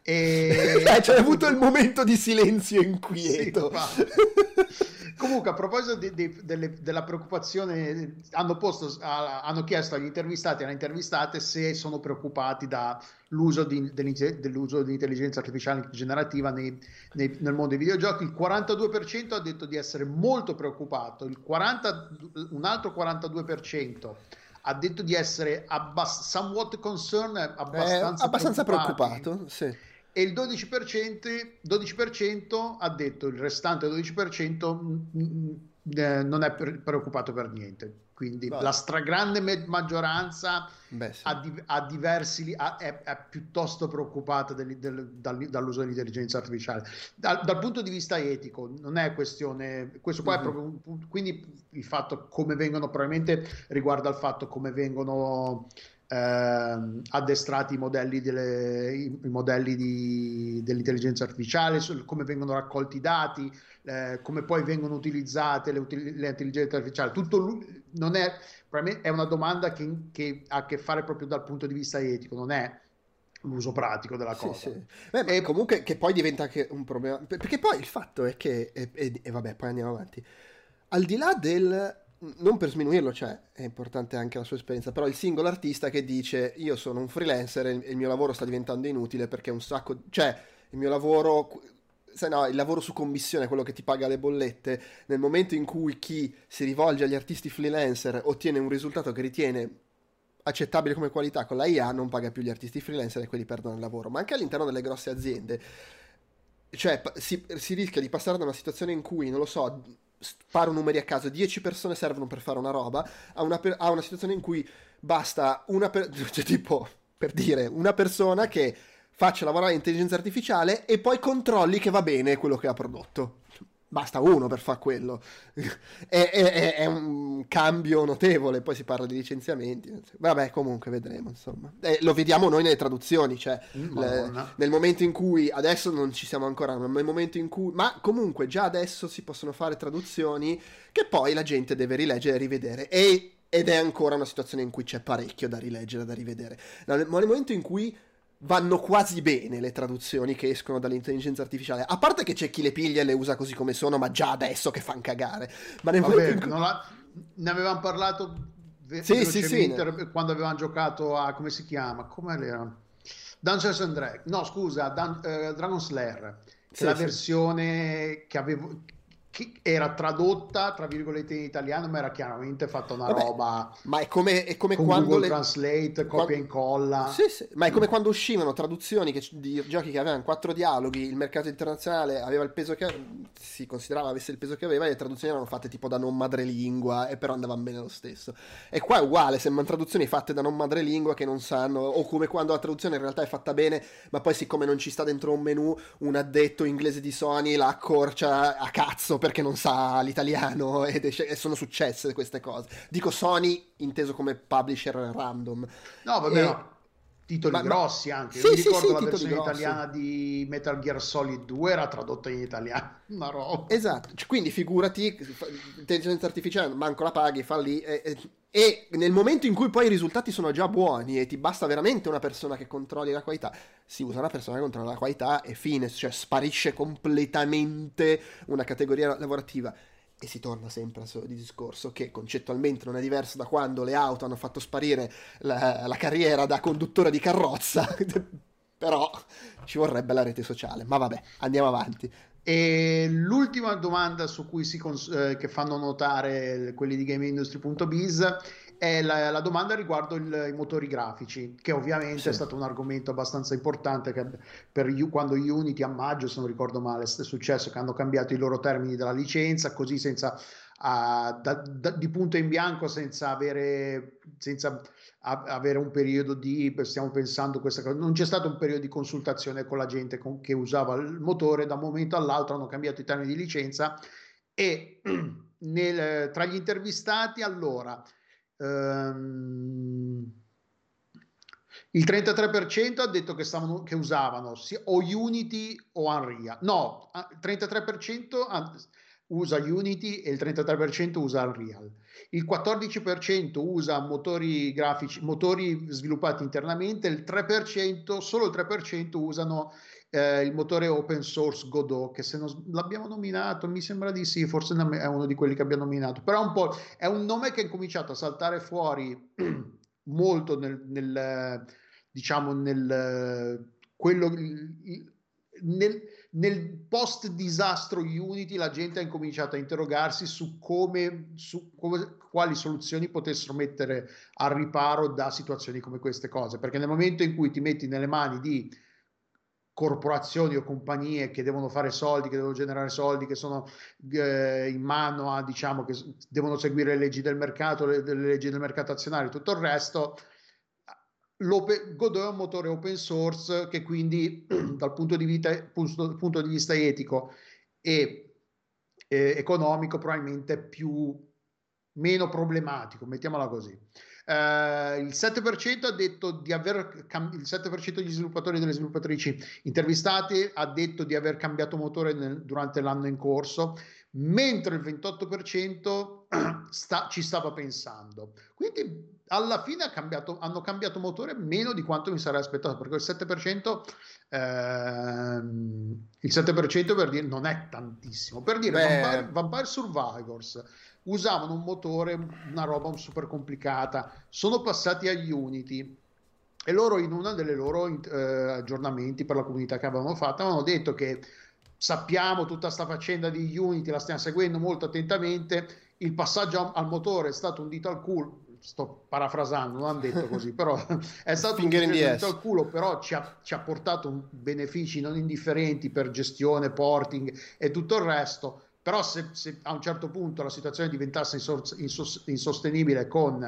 E... eh, c'è avuto il momento di silenzio inquieto. Sì, comunque, a proposito di, di, delle, della preoccupazione, hanno, posto, hanno chiesto agli intervistati e alle intervistate se sono preoccupati dall'uso di, dell'uso di intelligenza artificiale generativa nei, nei, nel mondo dei videogiochi. Il quarantadue per cento ha detto di essere molto preoccupato, il quaranta, un altro quarantadue per cento ha detto di essere abbast- somewhat concerned, abbastanza, eh, abbastanza preoccupato, sì. E il dodici per cento, dodici per cento ha detto, il restante dodici per cento mh, eh, non è per, preoccupato per niente. Quindi Beh. la stragrande me- maggioranza Beh, sì. ha, di- ha diversi ha, è, è piuttosto preoccupata del, del, dal, dall'uso dell'intelligenza artificiale. Dal, dal punto di vista etico non è questione, questo qua mm-hmm. è proprio un, quindi il fatto come vengono, probabilmente riguarda il fatto come vengono Eh, addestrati i modelli, delle, i, i modelli di, dell'intelligenza artificiale, sul, come vengono raccolti i dati, eh, come poi vengono utilizzate le, util- le intelligenze artificiali. Tutto non è, è una domanda che, che ha a che fare proprio dal punto di vista etico, non è l'uso pratico della sì, cosa. Sì. Beh, e comunque che poi diventa anche un problema, perché poi il fatto è che, e, e, e vabbè, poi andiamo avanti, al di là del non per sminuirlo, cioè è importante anche la sua esperienza, però il singolo artista che dice io sono un freelancer e il mio lavoro sta diventando inutile perché un sacco, cioè il mio lavoro, se no, il lavoro su commissione, quello che ti paga le bollette, nel momento in cui chi si rivolge agli artisti freelancer ottiene un risultato che ritiene accettabile come qualità con la I A, non paga più gli artisti freelancer e quelli perdono il lavoro. Ma anche all'interno delle grosse aziende, cioè si, si rischia di passare da una situazione in cui, non lo so, sparo numeri a caso, dieci persone servono per fare una roba, a una, per, a una situazione in cui basta una per, cioè tipo, per dire, una persona che faccia lavorare l'intelligenza artificiale e poi controlli che va bene quello che ha prodotto. Basta uno per far quello. è, è, è un cambio notevole. Poi si parla di licenziamenti. Vabbè, comunque vedremo, insomma. Eh, lo vediamo noi nelle traduzioni, cioè le, nel momento in cui adesso non ci siamo ancora, ma nel momento in cui, ma comunque già adesso si possono fare traduzioni che poi la gente deve rileggere e rivedere. E, ed è ancora una situazione in cui c'è parecchio da rileggere, da rivedere. Ma nel momento in cui vanno quasi bene le traduzioni che escono dall'intelligenza artificiale, a parte che c'è chi le piglia e le usa così come sono, ma già adesso che fan cagare. Ma nel Vabbè, in cui... non la... ne avevamo parlato ve- sì, sì, sì, ne... quando avevamo giocato a, come si chiama? Come era? Dungeons and Dragons, no scusa, Dun... uh, Dragon Slayer, che sì, la sì. versione che avevo che era tradotta tra virgolette in italiano, ma era chiaramente fatta una Vabbè, roba ma è come, è come con quando Google le... Translate, copia quando... e incolla. Sì, sì, ma è come quando uscivano traduzioni che, di giochi che avevano quattro dialoghi, il mercato internazionale aveva il peso che si considerava avesse il peso che aveva, e le traduzioni erano fatte tipo da non madrelingua e però andavano bene lo stesso. E qua è uguale, sembrano traduzioni fatte da non madrelingua che non sanno, o come quando la traduzione in realtà è fatta bene, ma poi siccome non ci sta dentro un menu, un addetto inglese di Sony la accorcia a cazzo perché non sa l'italiano, ed è, e sono successe queste cose. Dico Sony inteso come publisher random. No, vabbè, e... no. Titoli ma, grossi anche. Sì, Io mi sì, ricordo sì, la versione grossi. italiana di Metal Gear Solid due era tradotta in italiano. Una roba. Esatto, quindi figurati, intelligenza artificiale, manco la paghi, fa lì. E, e, e nel momento in cui poi i risultati sono già buoni e ti basta veramente una persona che controlli la qualità, si usa una persona che controlla la qualità e fine, cioè sparisce completamente una categoria lavorativa. E si torna sempre al solito discorso che concettualmente non è diverso da quando le auto hanno fatto sparire la, la carriera da conduttore di carrozza, però ci vorrebbe la rete sociale. Ma vabbè, andiamo avanti. E l'ultima domanda su cui si cons- eh, che fanno notare quelli di GameIndustry punto biz è la, la domanda riguardo il, i motori grafici, che ovviamente sì. è stato un argomento abbastanza importante che per quando Unity a maggio, se non ricordo male, è successo che hanno cambiato i loro termini della licenza, così senza uh, da, da, di punto in bianco, senza avere senza a, avere un periodo di, stiamo pensando questa cosa, non c'è stato un periodo di consultazione con la gente con, che usava il motore. Da un momento all'altro hanno cambiato i termini di licenza e nel, tra gli intervistati allora Um, il trentatré per cento ha detto che, stavano, che usavano sia, o Unity o Unreal. No, il trentatré per cento usa Unity e il trentatré per cento usa Unreal. il quattordici per cento usa motori grafici, motori sviluppati internamente, il tre per cento, solo il tre per cento usano eh, il motore open source Godot, che se non s- l'abbiamo nominato, mi sembra di sì, forse ne- è uno di quelli che abbiamo nominato, però è un po', è un nome che è cominciato a saltare fuori molto nel, nel, diciamo nel quello nel, nel post disastro Unity la gente ha incominciato a interrogarsi su come, su come quali soluzioni potessero mettere al riparo da situazioni come queste cose, perché nel momento in cui ti metti nelle mani di corporazioni o compagnie che devono fare soldi, che devono generare soldi, che sono eh, in mano a, diciamo, che devono seguire le leggi del mercato, le, le leggi del mercato azionario, tutto il resto. Godot è un motore open source che quindi dal punto di vista, punto, punto di vista etico e eh, economico probabilmente più meno problematico, mettiamola così. Uh, il sette per cento ha detto di aver cam- il sette per cento degli sviluppatori e delle sviluppatrici intervistati ha detto di aver cambiato motore nel, durante l'anno in corso, mentre il ventotto per cento sta, ci stava pensando. Quindi alla fine ha cambiato, hanno cambiato motore meno di quanto mi sarei aspettato, perché il sette per cento ehm, il sette per cento per dire non è tantissimo. Per dire Vampire, Beh, Vampire Survivors usavano un motore, una roba super complicata, sono passati agli Unity e loro in uno dei loro eh, aggiornamenti per la comunità che avevano fatto avevano detto che sappiamo tutta sta faccenda di Unity, la stiamo seguendo molto attentamente, il passaggio al motore è stato un dito al culo, sto parafrasando, non hanno detto così, però è stato un finger in the dito ass. al culo, però ci ha, ci ha portato benefici non indifferenti per gestione, porting e tutto il resto. Però se, se a un certo punto la situazione diventasse insos- insos- insostenibile con,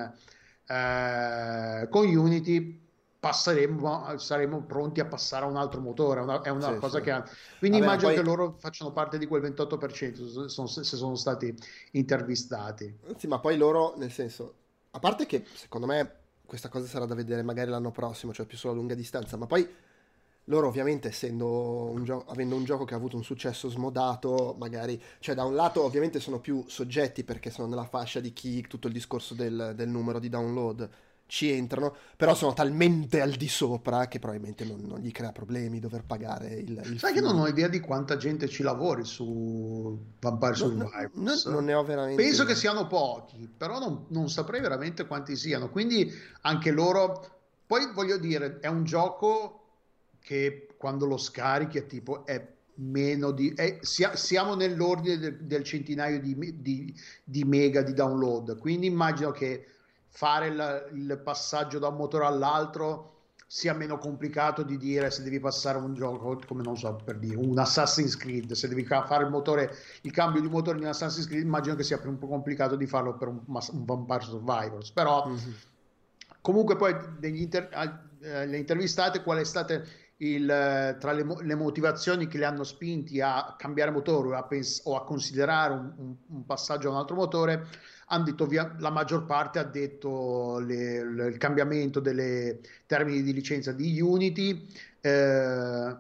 eh, con Unity, passeremo, saremo pronti a passare a un altro motore. Una, è una Sì, cosa sì. che ha... Quindi Vabbè, ma immagino poi che loro facciano parte di quel ventotto per cento se sono, se sono stati intervistati. sì, ma poi loro, nel senso, a parte che secondo me questa cosa sarà da vedere magari l'anno prossimo, cioè più sulla lunga distanza, ma poi loro ovviamente essendo un gioco, avendo un gioco che ha avuto un successo smodato, magari, cioè da un lato ovviamente sono più soggetti perché sono nella fascia di chi tutto il discorso del, del numero di download ci entrano, però sono talmente al di sopra che probabilmente non, non gli crea problemi dover pagare il, il Sai che non fee. ho idea di quanta gente ci lavori su Vampire No, no, no, Survivors. non ne ho veramente Penso che idea. siano pochi, però non, non saprei veramente quanti siano. Quindi anche loro. Poi voglio dire, è un gioco che quando lo scarichi è tipo è meno di. È- sia- siamo nell'ordine del, del centinaio di, me- di- di mega di download. Quindi immagino che fare il, il passaggio da un motore all'altro sia meno complicato di dire se devi passare un gioco come non so per dire un Assassin's Creed, se devi fare il motore, il cambio di motore di un Assassin's Creed immagino che sia più un po' complicato di farlo per un, un Vampire Survivors, però Mhm. comunque poi degli inter, eh, le intervistate qual è stata il, eh, tra le, le, motivazioni che le hanno spinti a cambiare motore o a, pens- o a considerare un, un, un passaggio a un altro motore, hanno detto via, la maggior parte ha detto le, le, il cambiamento dei termini di licenza di Unity eh,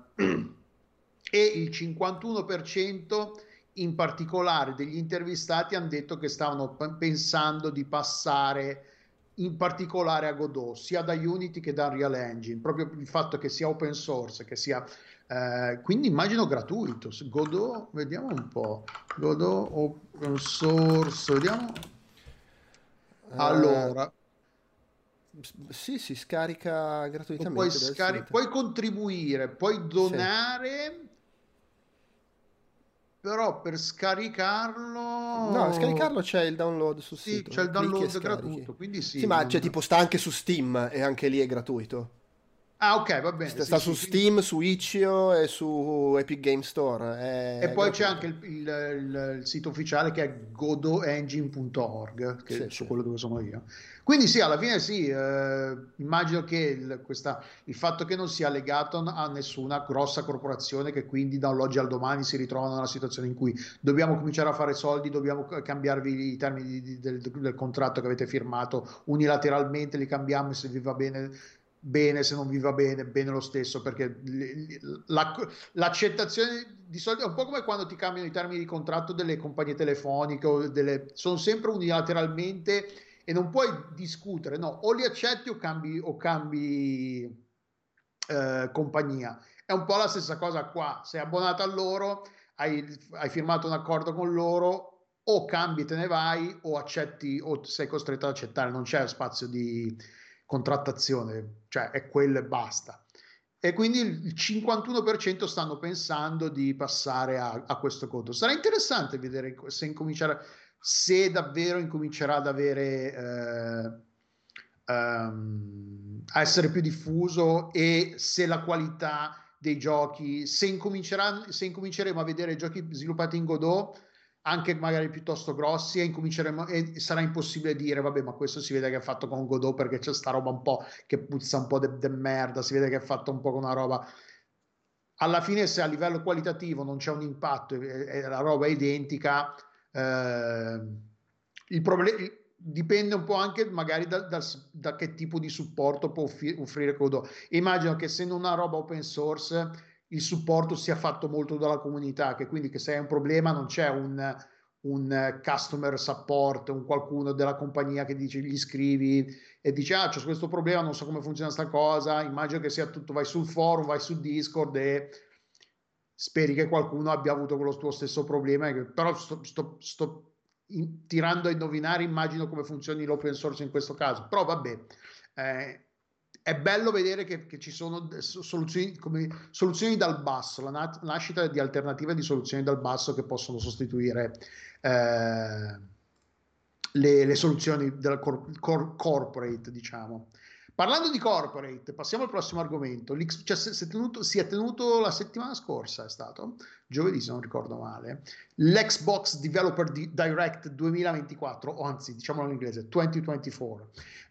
e il cinquantuno per cento in particolare degli intervistati hanno detto che stavano p- pensando di passare in particolare a Godot, sia da Unity che da Unreal Engine, proprio il fatto che sia open source, che sia eh, quindi immagino gratuito. Godot, vediamo un po'. Godot open source, vediamo. Eh, Allora, sì, si scarica lo puoi, gratuitamente dal scari- sito. puoi contribuire, puoi Sì. donare, però per No, a scaricarlo scaricarlo c'è il download sul sì, c'è sito, il clicchi e download scarichi. gratuito, quindi Sì, sì, ma c'è non... tipo sta anche su Steam e anche lì è gratuito. Ah, ok, va bene, Sta, sì, sta su sì, quindi Steam, su itch.io e su Epic Game Store, e è poi c'è anche gratuito. il, il- il- il sito ufficiale che è godotengine punto org, che Sì, è su sì. quello dove sono io. Quindi sì, alla fine sì, eh, immagino che il, questa- il fatto che non sia legato a nessuna grossa corporazione che quindi dall'oggi al domani si ritrovano nella situazione in cui dobbiamo cominciare a fare soldi, dobbiamo cambiarvi i termini di- del, del contratto che avete firmato unilateralmente, li cambiamo e se vi va bene bene, se non vi va bene, bene lo stesso, perché la, l'accettazione di solito è un po' come quando ti cambiano i termini di contratto delle compagnie telefoniche, o delle, sono sempre unilateralmente e non puoi discutere, no, o li accetti o cambi, o cambi eh, compagnia. È un po' la stessa cosa qua, sei abbonato a loro, hai, hai firmato un accordo con loro, o cambi, te ne vai, o accetti, o sei costretto ad accettare, non c'è spazio di contrattazione, cioè è quello e basta. E quindi il cinquantuno per cento stanno pensando di passare a, a questo conto. Sarà interessante vedere se incomincerà, se davvero incomincerà ad avere eh, um, a essere più diffuso, e se la qualità dei giochi, se incomincerà, se incominceremo a vedere giochi sviluppati in Godot anche magari piuttosto grossi, e incominceremo, e sarà impossibile dire vabbè, ma questo si vede che è fatto con Godot perché c'è sta roba un po' che puzza un po' de, de merda, si vede che è fatto un po' con una roba. Alla fine, se a livello qualitativo non c'è un impatto e, e la roba è identica, eh, il problema dipende un po' anche magari da, da, da che tipo di supporto può offrire Godot. Immagino che, essendo una roba open source, il supporto sia fatto molto dalla comunità, che quindi che se hai un problema non c'è un, un customer support, un qualcuno della compagnia che dice, gli scrivi e dice ah c'ho questo problema, non so come funziona sta cosa. Immagino che sia tutto, vai sul forum, vai su Discord e speri che qualcuno abbia avuto quello tuo stesso problema. Però sto, sto, sto in, tirando a indovinare, immagino come funzioni l'open source in questo caso, però vabbè. Eh, è bello vedere che, che ci sono soluzioni, come, soluzioni dal basso, la nat- nascita di alternative di soluzioni dal basso che possono sostituire eh, le, le soluzioni del cor- cor- corporate, diciamo. Parlando di corporate, passiamo al prossimo argomento. Cioè, si, è tenuto, si è tenuto la settimana scorsa, è stato giovedì se non ricordo male, l'Xbox Developer Direct duemilaventiquattro, o anzi diciamolo in inglese duemilaventiquattro.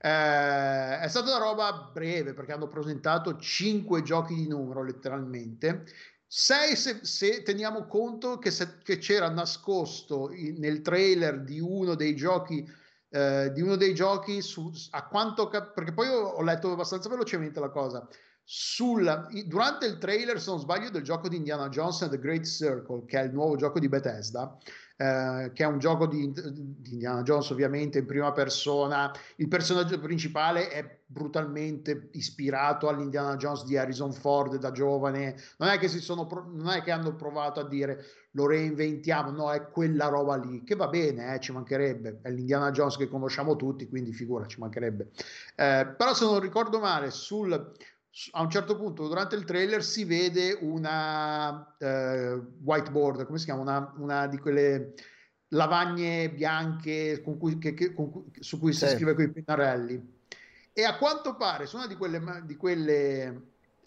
Eh, è stata una roba breve perché hanno presentato cinque giochi di numero letteralmente. sei se, se teniamo conto che, se, che c'era nascosto in, nel trailer di uno dei giochi eh, di uno dei giochi su, a quanto cap- perché poi ho, ho letto abbastanza velocemente la cosa sul, durante il trailer, se non sbaglio, del gioco di Indiana Jones and the Great Circle, che è il nuovo gioco di Bethesda, eh, che è un gioco di, di Indiana Jones ovviamente in prima persona. Il personaggio principale è brutalmente ispirato all'Indiana Jones di Harrison Ford da giovane. Non è che si sono non è che hanno provato a dire lo reinventiamo, no, è quella roba lì, che va bene, eh, ci mancherebbe, è l'Indiana Jones che conosciamo tutti, quindi figura, ci mancherebbe. Eh, però se non ricordo male, sul, a un certo punto durante il trailer si vede una eh, whiteboard, come si chiama? Una, una di quelle lavagne bianche con cui, che, che, con cui, su cui si Sì. scrive con i pennarelli. E a quanto pare su una di quelle, di quelle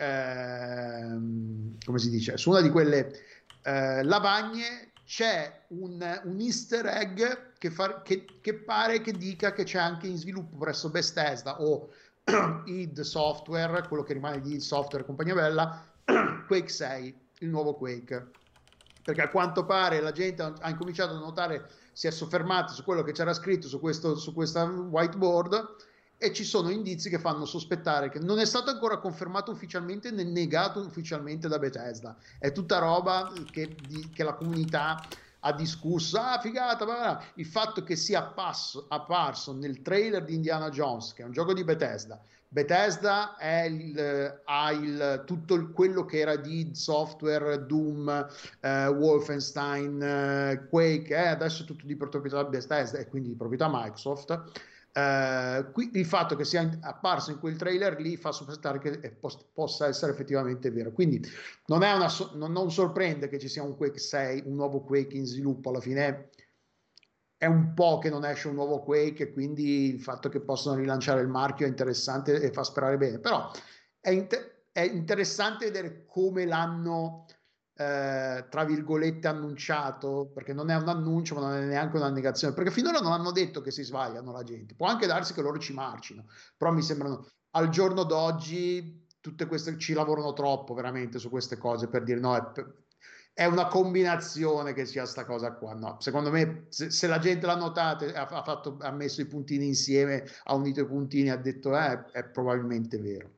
eh, come si dice, su una di quelle eh, lavagne c'è un, un easter egg che, fa, che, che pare che dica che c'è anche in sviluppo presso Bethesda o id Software, quello che rimane di id Software e compagnia bella, Quake sei, il nuovo Quake. Perché a quanto pare la gente ha, ha incominciato a notare, si è soffermata su quello che c'era scritto su, questo, su questa whiteboard, e ci sono indizi che fanno sospettare che non è stato ancora confermato ufficialmente né negato ufficialmente da Bethesda. È tutta roba che, di, che la comunità ha discusso. Ah, figata, bla bla. Il fatto che sia apparso, apparso nel trailer di Indiana Jones, che è un gioco di Bethesda. Bethesda è il, ha il, tutto il, quello che era di Software, Doom, eh, Wolfenstein, eh, Quake, eh, adesso è tutto di proprietà Bethesda e quindi di proprietà Microsoft. Uh, qui, il fatto che sia apparso in quel trailer lì fa sospettare che pos- possa essere effettivamente vero, quindi non, è una so- non, non sorprende che ci sia un Quake sei, un nuovo Quake in sviluppo. Alla fine è un po' che non esce un nuovo Quake, e quindi il fatto che possano rilanciare il marchio è interessante e fa sperare bene. Però è, inter- è interessante vedere come l'hanno Eh, tra virgolette annunciato, perché non è un annuncio ma non è neanche una negazione, perché finora non hanno detto che si sbagliano la gente. Può anche darsi che loro ci marcino, però mi sembrano al giorno d'oggi tutte queste ci lavorano troppo veramente su queste cose per dire no, è, è una combinazione che sia sta cosa qua. No, secondo me se, se la gente l'ha notata, ha, ha, fatto, ha messo i puntini insieme, ha unito i puntini, ha detto eh, è probabilmente vero.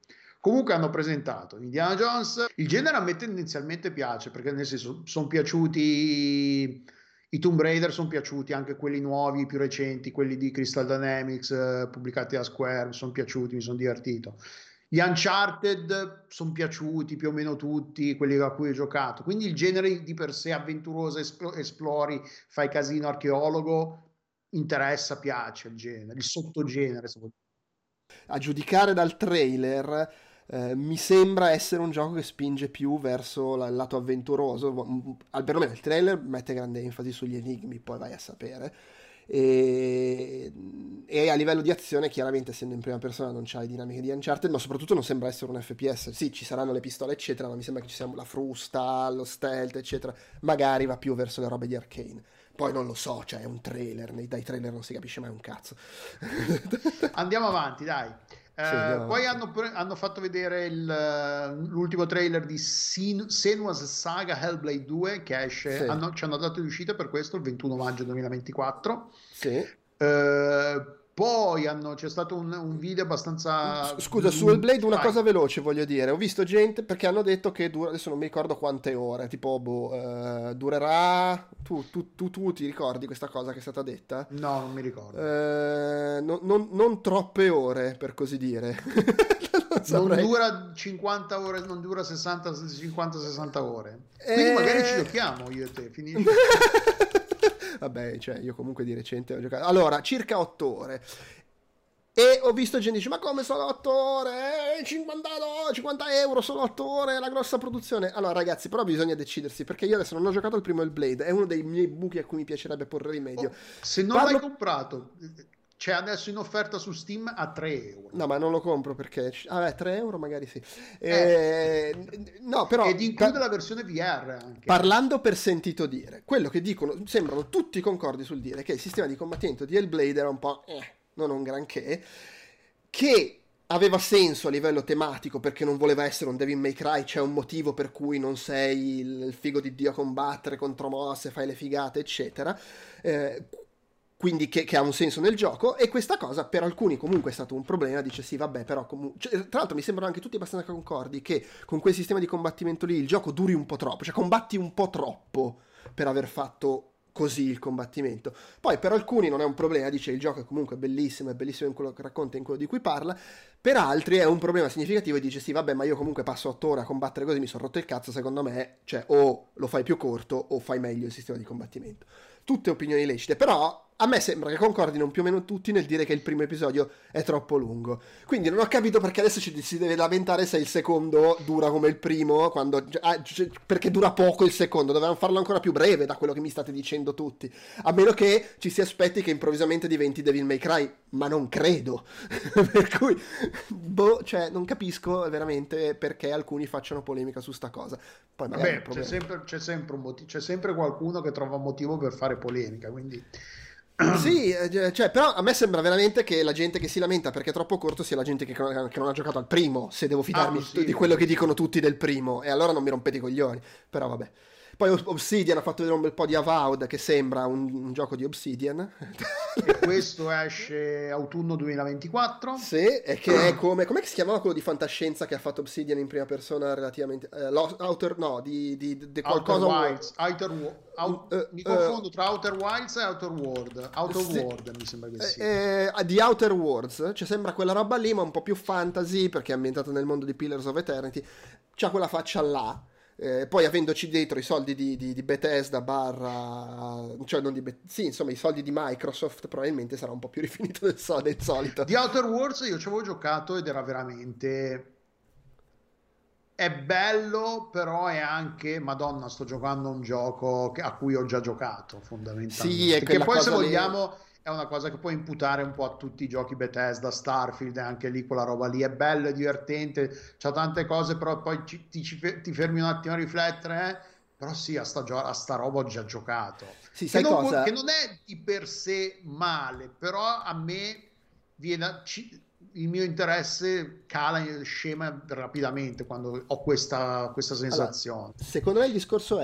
Comunque hanno presentato Indiana Jones, il genere a me tendenzialmente piace, perché nel senso sono piaciuti i Tomb Raider, sono piaciuti anche quelli nuovi, più recenti, quelli di Crystal Dynamics, eh, pubblicati da Square, mi sono piaciuti, mi sono divertito. Gli Uncharted sono piaciuti più o meno tutti, quelli a cui ho giocato, quindi il genere di per sé avventuroso, esplori, fai casino archeologo, interessa, piace il genere, il sottogenere. A giudicare dal trailer, eh, mi sembra essere un gioco che spinge più verso la, il lato avventuroso, almeno il trailer mette grande enfasi sugli enigmi, poi vai a sapere. E, e a livello di azione, chiaramente essendo in prima persona non c'ha le dinamiche di Uncharted, ma soprattutto non sembra essere un F P S. Sì, ci saranno le pistole eccetera, ma mi sembra che ci sia la frusta, lo stealth eccetera, magari va più verso le robe di Arcane. Poi non lo so, cioè è un trailer, dai trailer non si capisce mai un cazzo. Andiamo avanti, dai. Eh, sì, poi hanno, hanno fatto vedere il, l'ultimo trailer di Sin- Senua's Saga Hellblade due, che esce, sì. hanno, ci hanno dato di uscita per questo il ventuno maggio duemilaventiquattro. Sì. Eh, poi hanno, c'è stato un, un video abbastanza... Scusa, su Hellblade una cosa veloce voglio dire, ho visto gente, perché hanno detto che dura, adesso non mi ricordo quante ore, tipo boh, eh, durerà, tu, tu, tu, tu ti ricordi questa cosa che è stata detta? No, non mi ricordo. Eh, no, non, non troppe ore, per così dire. non, non dura cinquanta ore, non dura sessanta, cinquanta sessanta ore. Quindi eh... magari ci giochiamo io e te, finisci. Vabbè, cioè io comunque di recente ho giocato. Allora, circa otto ore. E ho visto gente dice, ma come sono otto ore? Eh, cinquanta, cinquanta euro, solo otto ore, la grossa produzione. Allora ragazzi, però bisogna decidersi, perché io adesso non ho giocato il primo Hellblade, è uno dei miei buchi a cui mi piacerebbe porre rimedio. Oh, se non Parlo... l'hai comprato, c'è adesso in offerta su Steam a tre euro. No, ma non lo compro perché... Ah beh, tre euro magari sì. Eh, eh, no, però... Ed include pa- la versione V R anche. Parlando per sentito dire, quello che dicono, sembrano tutti concordi sul dire che il sistema di combattimento di Hellblade era un po'... Eh, non un granché, che aveva senso a livello tematico perché non voleva essere un Devil May Cry, c'è un motivo per cui non sei il figo di Dio a combattere contro mosse, fai le figate, eccetera. Eh, quindi che, che ha un senso nel gioco, e questa cosa per alcuni comunque è stato un problema, dice sì vabbè però comunque, cioè, tra l'altro mi sembrano anche tutti abbastanza concordi che con quel sistema di combattimento lì il gioco duri un po' troppo, cioè combatti un po' troppo per aver fatto così il combattimento. Poi per alcuni non è un problema, dice il gioco è comunque bellissimo, è bellissimo in quello che racconta, in quello di cui parla, per altri è un problema significativo e dice sì vabbè ma io comunque passo otto ore a combattere così, mi sono rotto il cazzo, secondo me cioè o lo fai più corto o fai meglio il sistema di combattimento. Tutte opinioni lecite, però a me sembra che concordino più o meno tutti nel dire che il primo episodio è troppo lungo. Quindi non ho capito perché adesso ci si deve lamentare se il secondo dura come il primo, quando, ah, perché dura poco il secondo. Dovevano farlo ancora più breve, da quello che mi state dicendo tutti. A meno che ci si aspetti che improvvisamente diventi Devil May Cry, ma non credo. Per cui, boh, cioè, non capisco veramente perché alcuni facciano polemica su sta cosa. Poi Vabbè, c'è sempre, c'è, sempre un motivo, c'è sempre qualcuno che trova un motivo per fare polemica, quindi... Sì, cioè, però a me sembra veramente che la gente che si lamenta perché è troppo corto sia la gente che, che non ha giocato al primo, se devo fidarmi ah, di quello che dicono tutti del primo, e allora non mi rompete i coglioni, però vabbè. Poi Obsidian ha fatto vedere un bel po' di Avowed, che sembra un, un gioco di Obsidian. E questo esce autunno duemilaventiquattro. Sì, e che è come... Com'è che si chiamava quello di fantascienza che ha fatto Obsidian in prima persona relativamente... Eh, Outer... No, di, di, di qualcosa... Outer Wilds. Outer, out, uh, mi confondo uh, tra Outer Wilds e Outer World. Outer sì, World mi sembra che sia. Eh, eh, di Outer Worlds, cioè sembra quella roba lì, ma un po' più fantasy, perché è ambientata nel mondo di Pillars of Eternity. C'ha quella faccia là. Eh, poi avendoci dietro i soldi di, di, di Bethesda barra cioè non di Be- sì insomma i soldi di Microsoft, probabilmente sarà un po' più rifinito del, so- del solito. Di Outer Worlds io ci avevo giocato ed era veramente, è bello, però è anche madonna sto giocando un gioco che, a cui ho già giocato fondamentalmente, sì, è che poi se vogliamo lì... è una cosa che puoi imputare un po' a tutti i giochi Bethesda, Starfield, e anche lì quella roba lì è bella, è divertente, c'ha tante cose, però poi ci, ti, ti fermi un attimo a riflettere, eh? Però sì, a sta, gio- a sta roba ho già giocato, sì, che, sai non, cosa? che non è di per sé male, però a me viene, ci, il mio interesse cala, scema rapidamente quando ho questa, questa sensazione. Allora, secondo me il discorso è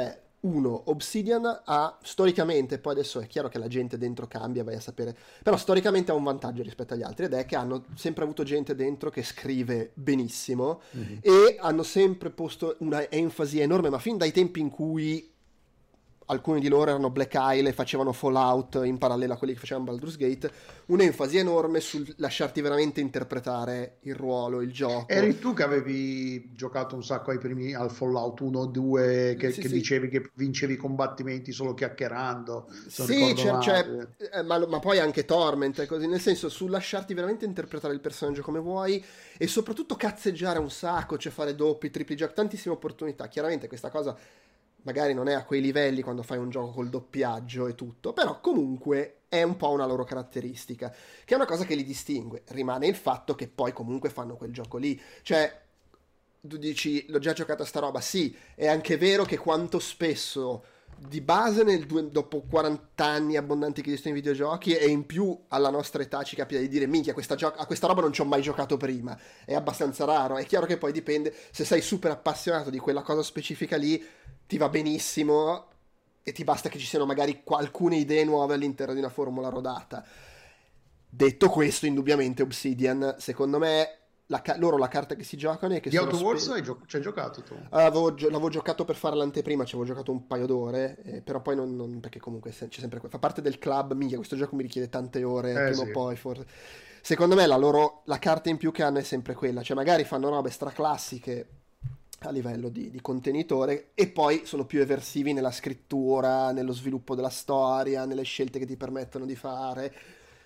uno, Obsidian ha storicamente, poi adesso è chiaro che la gente dentro cambia, vai a sapere, però storicamente ha un vantaggio rispetto agli altri, ed è che hanno sempre avuto gente dentro che scrive benissimo, mm-hmm. e hanno sempre posto una enfasi enorme, ma fin dai tempi in cui alcuni di loro erano Black Isle e facevano Fallout in parallelo a quelli che facevano Baldur's Gate, un'enfasi enorme sul lasciarti veramente interpretare il ruolo, il gioco. Eri tu che avevi giocato un sacco ai primi, al Fallout uno o due, che, sì, che sì. dicevi che vincevi i combattimenti solo chiacchierando. Sì, cioè, cioè, eh, ma, ma poi anche Torment e così, nel senso, sul lasciarti veramente interpretare il personaggio come vuoi e soprattutto cazzeggiare un sacco, cioè fare doppi, tripli giochi, tantissime opportunità. Chiaramente questa cosa magari non è a quei livelli quando fai un gioco col doppiaggio e tutto, però comunque è un po' una loro caratteristica, che è una cosa che li distingue. Rimane il fatto che poi comunque fanno quel gioco lì. Cioè, tu dici, l'ho già giocata sta roba, sì, è anche vero che quanto spesso di base nel due, dopo quaranta anni abbondanti che esistono i videogiochi, e in più alla nostra età ci capita di dire minchia, questa gio- a questa roba non ci ho mai giocato prima, è abbastanza raro. È chiaro che poi dipende, se sei super appassionato di quella cosa specifica lì ti va benissimo e ti basta che ci siano magari alcune idee nuove all'interno di una formula rodata. Detto questo, indubbiamente Obsidian, secondo me la ca- loro la carta che si giocano è che di sono Outer Worlds spe- hai gio- ci hai giocato tu? Avevo, gio- l'avevo giocato per fare l'anteprima, ci avevo giocato un paio d'ore, eh, però poi non, non- perché comunque se- c'è sempre que- fa parte del club, minchia, questo gioco mi richiede tante ore, Eh, prima sì. o poi forse. Secondo me la loro la carta in più che hanno è sempre quella, cioè magari fanno robe straclassiche a livello di, di contenitore e poi sono più eversivi nella scrittura, nello sviluppo della storia, nelle scelte che ti permettono di fare.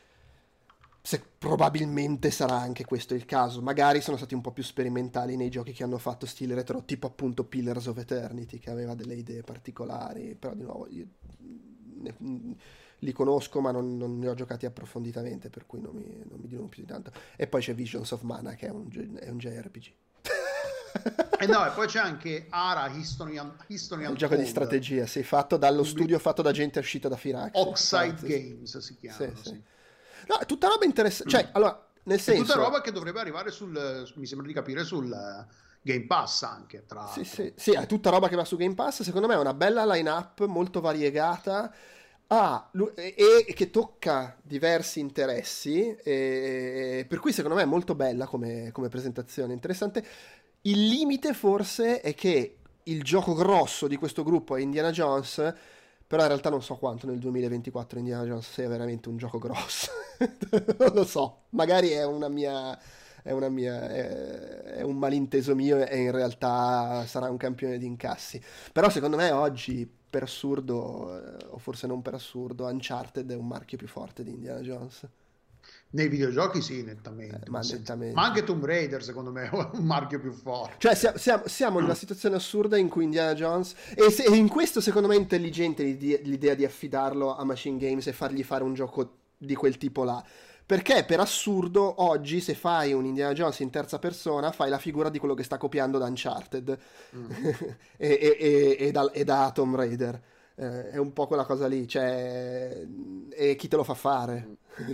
Se, probabilmente sarà anche questo il caso. Magari sono stati un po' più sperimentali nei giochi che hanno fatto stile retro, tipo appunto Pillars of Eternity, che aveva delle idee particolari, però di nuovo io ne, li conosco ma non, non ne ho giocati approfonditamente, per cui non mi, non mi dicono più di tanto. E poi c'è Visions of Mana, che è un, è un J R P G. E no, e poi c'è anche Ara History, History È un gioco di strategia, sì, fatto dallo studio fatto da gente uscita da Firaxis. Oxide Games si chiama. Sì, sì. No, è tutta roba interessante, cioè, allora, nel senso... È tutta roba che dovrebbe arrivare sul, mi sembra di capire, sul Game Pass anche, tra Sì, l'altro. sì, sì, è tutta roba che va su Game Pass, secondo me è una bella line-up, molto variegata, ah, e, e che tocca diversi interessi, e, per cui secondo me è molto bella come, come presentazione, interessante. Il limite forse è che il gioco grosso di questo gruppo è Indiana Jones, però in realtà non so quanto nel duemilaventiquattro Indiana Jones sia veramente un gioco grosso. Non lo so, magari è una mia è una mia è, è un malinteso mio e in realtà sarà un campione di incassi. Però secondo me oggi, per assurdo, eh, o forse non per assurdo, Uncharted è un marchio più forte di Indiana Jones. Nei videogiochi sì, nettamente. Eh, ma, nettamente. ma anche Tomb Raider secondo me è un marchio più forte. Cioè siamo, siamo, siamo in una situazione assurda in cui Indiana Jones, e, se, e in questo secondo me è intelligente l'idea, l'idea di affidarlo a Machine Games e fargli fare un gioco di quel tipo là, perché per assurdo oggi se fai un Indiana Jones in terza persona fai la figura di quello che sta copiando da Uncharted mm. e, e, e, e, da, e da Tomb Raider. Eh, è un po' quella cosa lì, cioè, e chi te lo fa fare?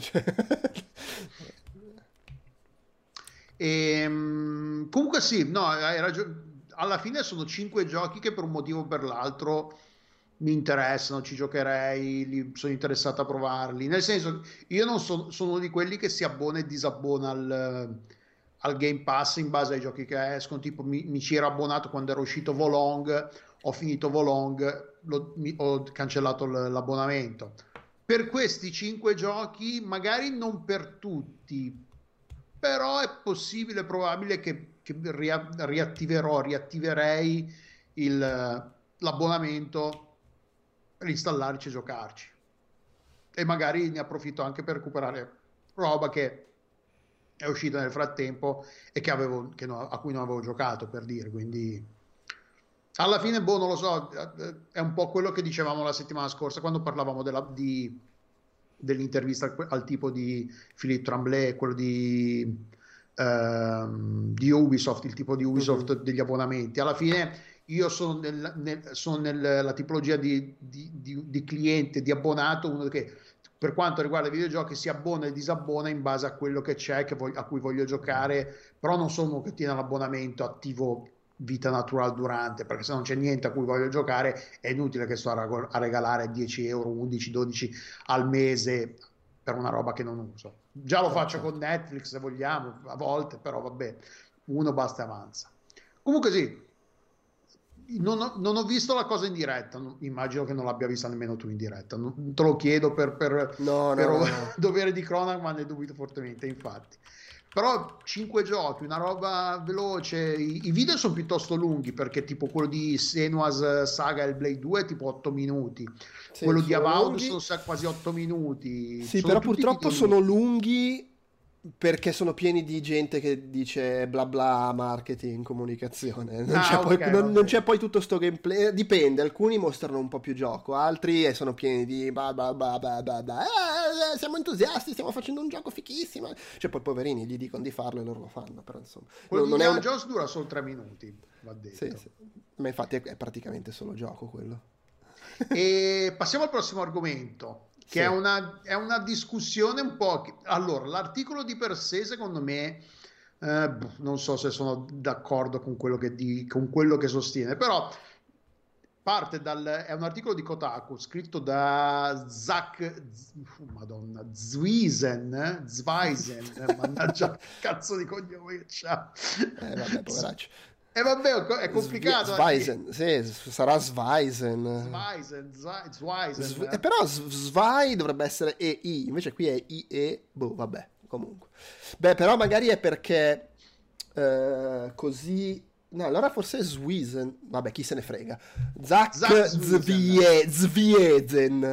E, comunque sì, no, hai ragione. Alla fine sono cinque giochi che per un motivo o per l'altro mi interessano, ci giocherei, li, sono interessato a provarli. Nel senso, io non so, sono uno di quelli che si abbona e disabbona al, al Game Pass in base ai giochi che escono. Tipo mi, mi ci ero abbonato quando era uscito Volong, ho finito Volong, lo, mi, ho cancellato l'abbonamento. Per questi cinque giochi, magari non per tutti, però è possibile, probabile che, che ria, riattiverò, riattiverei il, l'abbonamento per installarci e giocarci. E magari ne approfitto anche per recuperare roba che è uscita nel frattempo e che avevo, che no, a cui non avevo giocato, per dire. Quindi alla fine, boh, non lo so, è un po' quello che dicevamo la settimana scorsa quando parlavamo della, di, dell'intervista al tipo di Philippe Tremblay, quello di, ehm, di Ubisoft, il tipo di Ubisoft mm-hmm. degli abbonamenti. Alla fine io sono, nel, nel, sono nella tipologia di, di, di, di cliente, di abbonato, uno che per quanto riguarda i videogiochi si abbona e disabbona in base a quello che c'è, che voglio, a cui voglio giocare, però non sono uno che tiene l'abbonamento attivo vita naturale durante, perché se non c'è niente a cui voglio giocare è inutile che sto a, rag- a regalare dieci euro, undici dodici al mese per una roba che non uso. Già lo No, faccio certo. con Netflix se vogliamo, a volte, però vabbè, uno basta e avanza. Comunque sì, non ho, non ho visto la cosa in diretta, non- immagino che non l'abbia vista nemmeno tu in diretta, non, te lo chiedo per, per, No, per no, no, no. dovere di cronaca, ma ne dubito fortemente, infatti. Però cinque giochi, una roba veloce, i, i video sono piuttosto lunghi perché tipo quello di Senua's Saga e Blade due è tipo otto minuti, Sì, quello di sono Avowed lunghi. sono sa- quasi otto minuti, Sì, sono però tutti purtroppo video sono lunghi. lunghi perché sono pieni di gente che dice bla bla marketing, comunicazione. Non c'è Ah, poi, ok, va non, non c'è bene. poi tutto sto gameplay. Dipende, alcuni mostrano un po' più gioco, altri eh, sono pieni di bla bla bla bla bla bla. "Eh, siamo entusiasti, stiamo facendo un gioco fichissimo. Cioè, poi poverini gli dicono di farlo e loro lo fanno. Però insomma, Quello non, di non è Indiana un. Jones dura solo tre minuti, va Sì, detto. sì. Ma infatti è, è praticamente solo gioco quello. E passiamo al prossimo argomento, che è Sì. una, è una discussione un po'. che- Allora, l'articolo di per sé, secondo me, eh, boh, non so se sono d'accordo con quello che, di, con quello che sostiene, però parte dal. È un articolo di Kotaku scritto da Zach. Z- uh, Madonna, Zwiesen, Zweisen, mannaggia, che cazzo di cognome che c'ha. Eh, vabbè, poveraccio. E vabbè, è Svie- complicato da dire. Sveisen, sì, s- sarà Sveisen. Zweisen, Zwe- Zweisen. Sv- eh, però S- Svai dovrebbe essere E I, invece qui è I E, boh, vabbè, comunque. Beh, però magari è perché eh, così. No, allora forse è Zwiesen. Vabbè, chi se ne frega. Zach Zach Zwiesen. Zvie- Zviesen.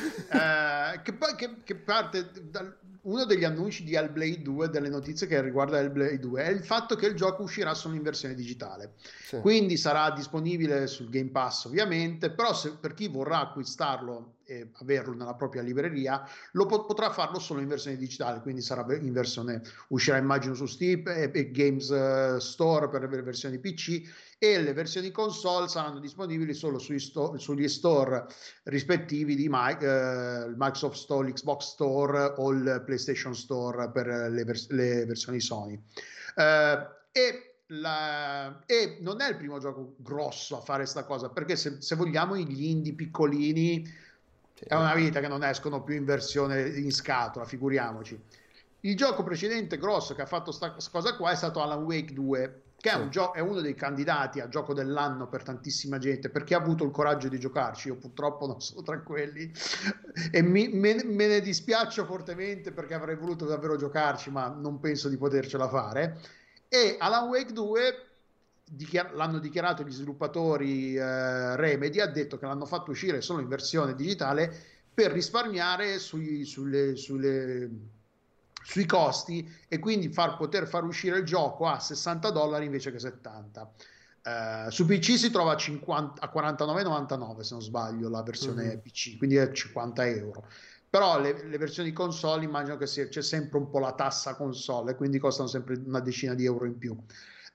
Eh, che, poi- che- che parte da uno degli annunci di Hellblade due, delle notizie che riguarda Hellblade due, è il fatto che il gioco uscirà solo in versione digitale. Sì. Quindi sarà disponibile sul Game Pass, ovviamente, però se, per chi vorrà acquistarlo e averlo nella propria libreria, lo pot- potrà farlo solo in versione digitale, quindi sarà in versione, uscirà immagino su Steam e, e Games eh, Store per le versioni P C, e le versioni console saranno disponibili solo sui sto- sugli store rispettivi di Mi- eh, il Microsoft Store, l'Xbox Store o il PlayStation Store per le, vers- le versioni Sony. Eh, e, la- e non è il primo gioco grosso a fare questa cosa, perché se, se vogliamo gli indie piccolini Sì. è una vita che non escono più in versione in scatola, figuriamoci. Il gioco precedente grosso che ha fatto questa cosa qua è stato Alan Wake due, che è, Sì. un gio- è uno dei candidati a gioco dell'anno per tantissima gente, perché ha avuto il coraggio di giocarci. Io purtroppo non sono tra quelli e mi- me, me ne dispiaccio fortemente perché avrei voluto davvero giocarci, ma non penso di potercela fare. E Alan Wake due dichiar- l'hanno dichiarato gli sviluppatori, eh, Remedy ha detto che l'hanno fatto uscire solo in versione digitale per risparmiare sui, sulle, sulle, sui costi, e quindi far, poter far uscire il gioco a sessanta dollari invece che settanta. Uh, su P C si trova a, cinquanta, a quarantanove virgola novantanove se non sbaglio la versione Mhm. P C, quindi è cinquanta euro. Però le, le versioni console immagino che sia, c'è sempre un po' la tassa console, quindi costano sempre una decina di euro in più. Uh,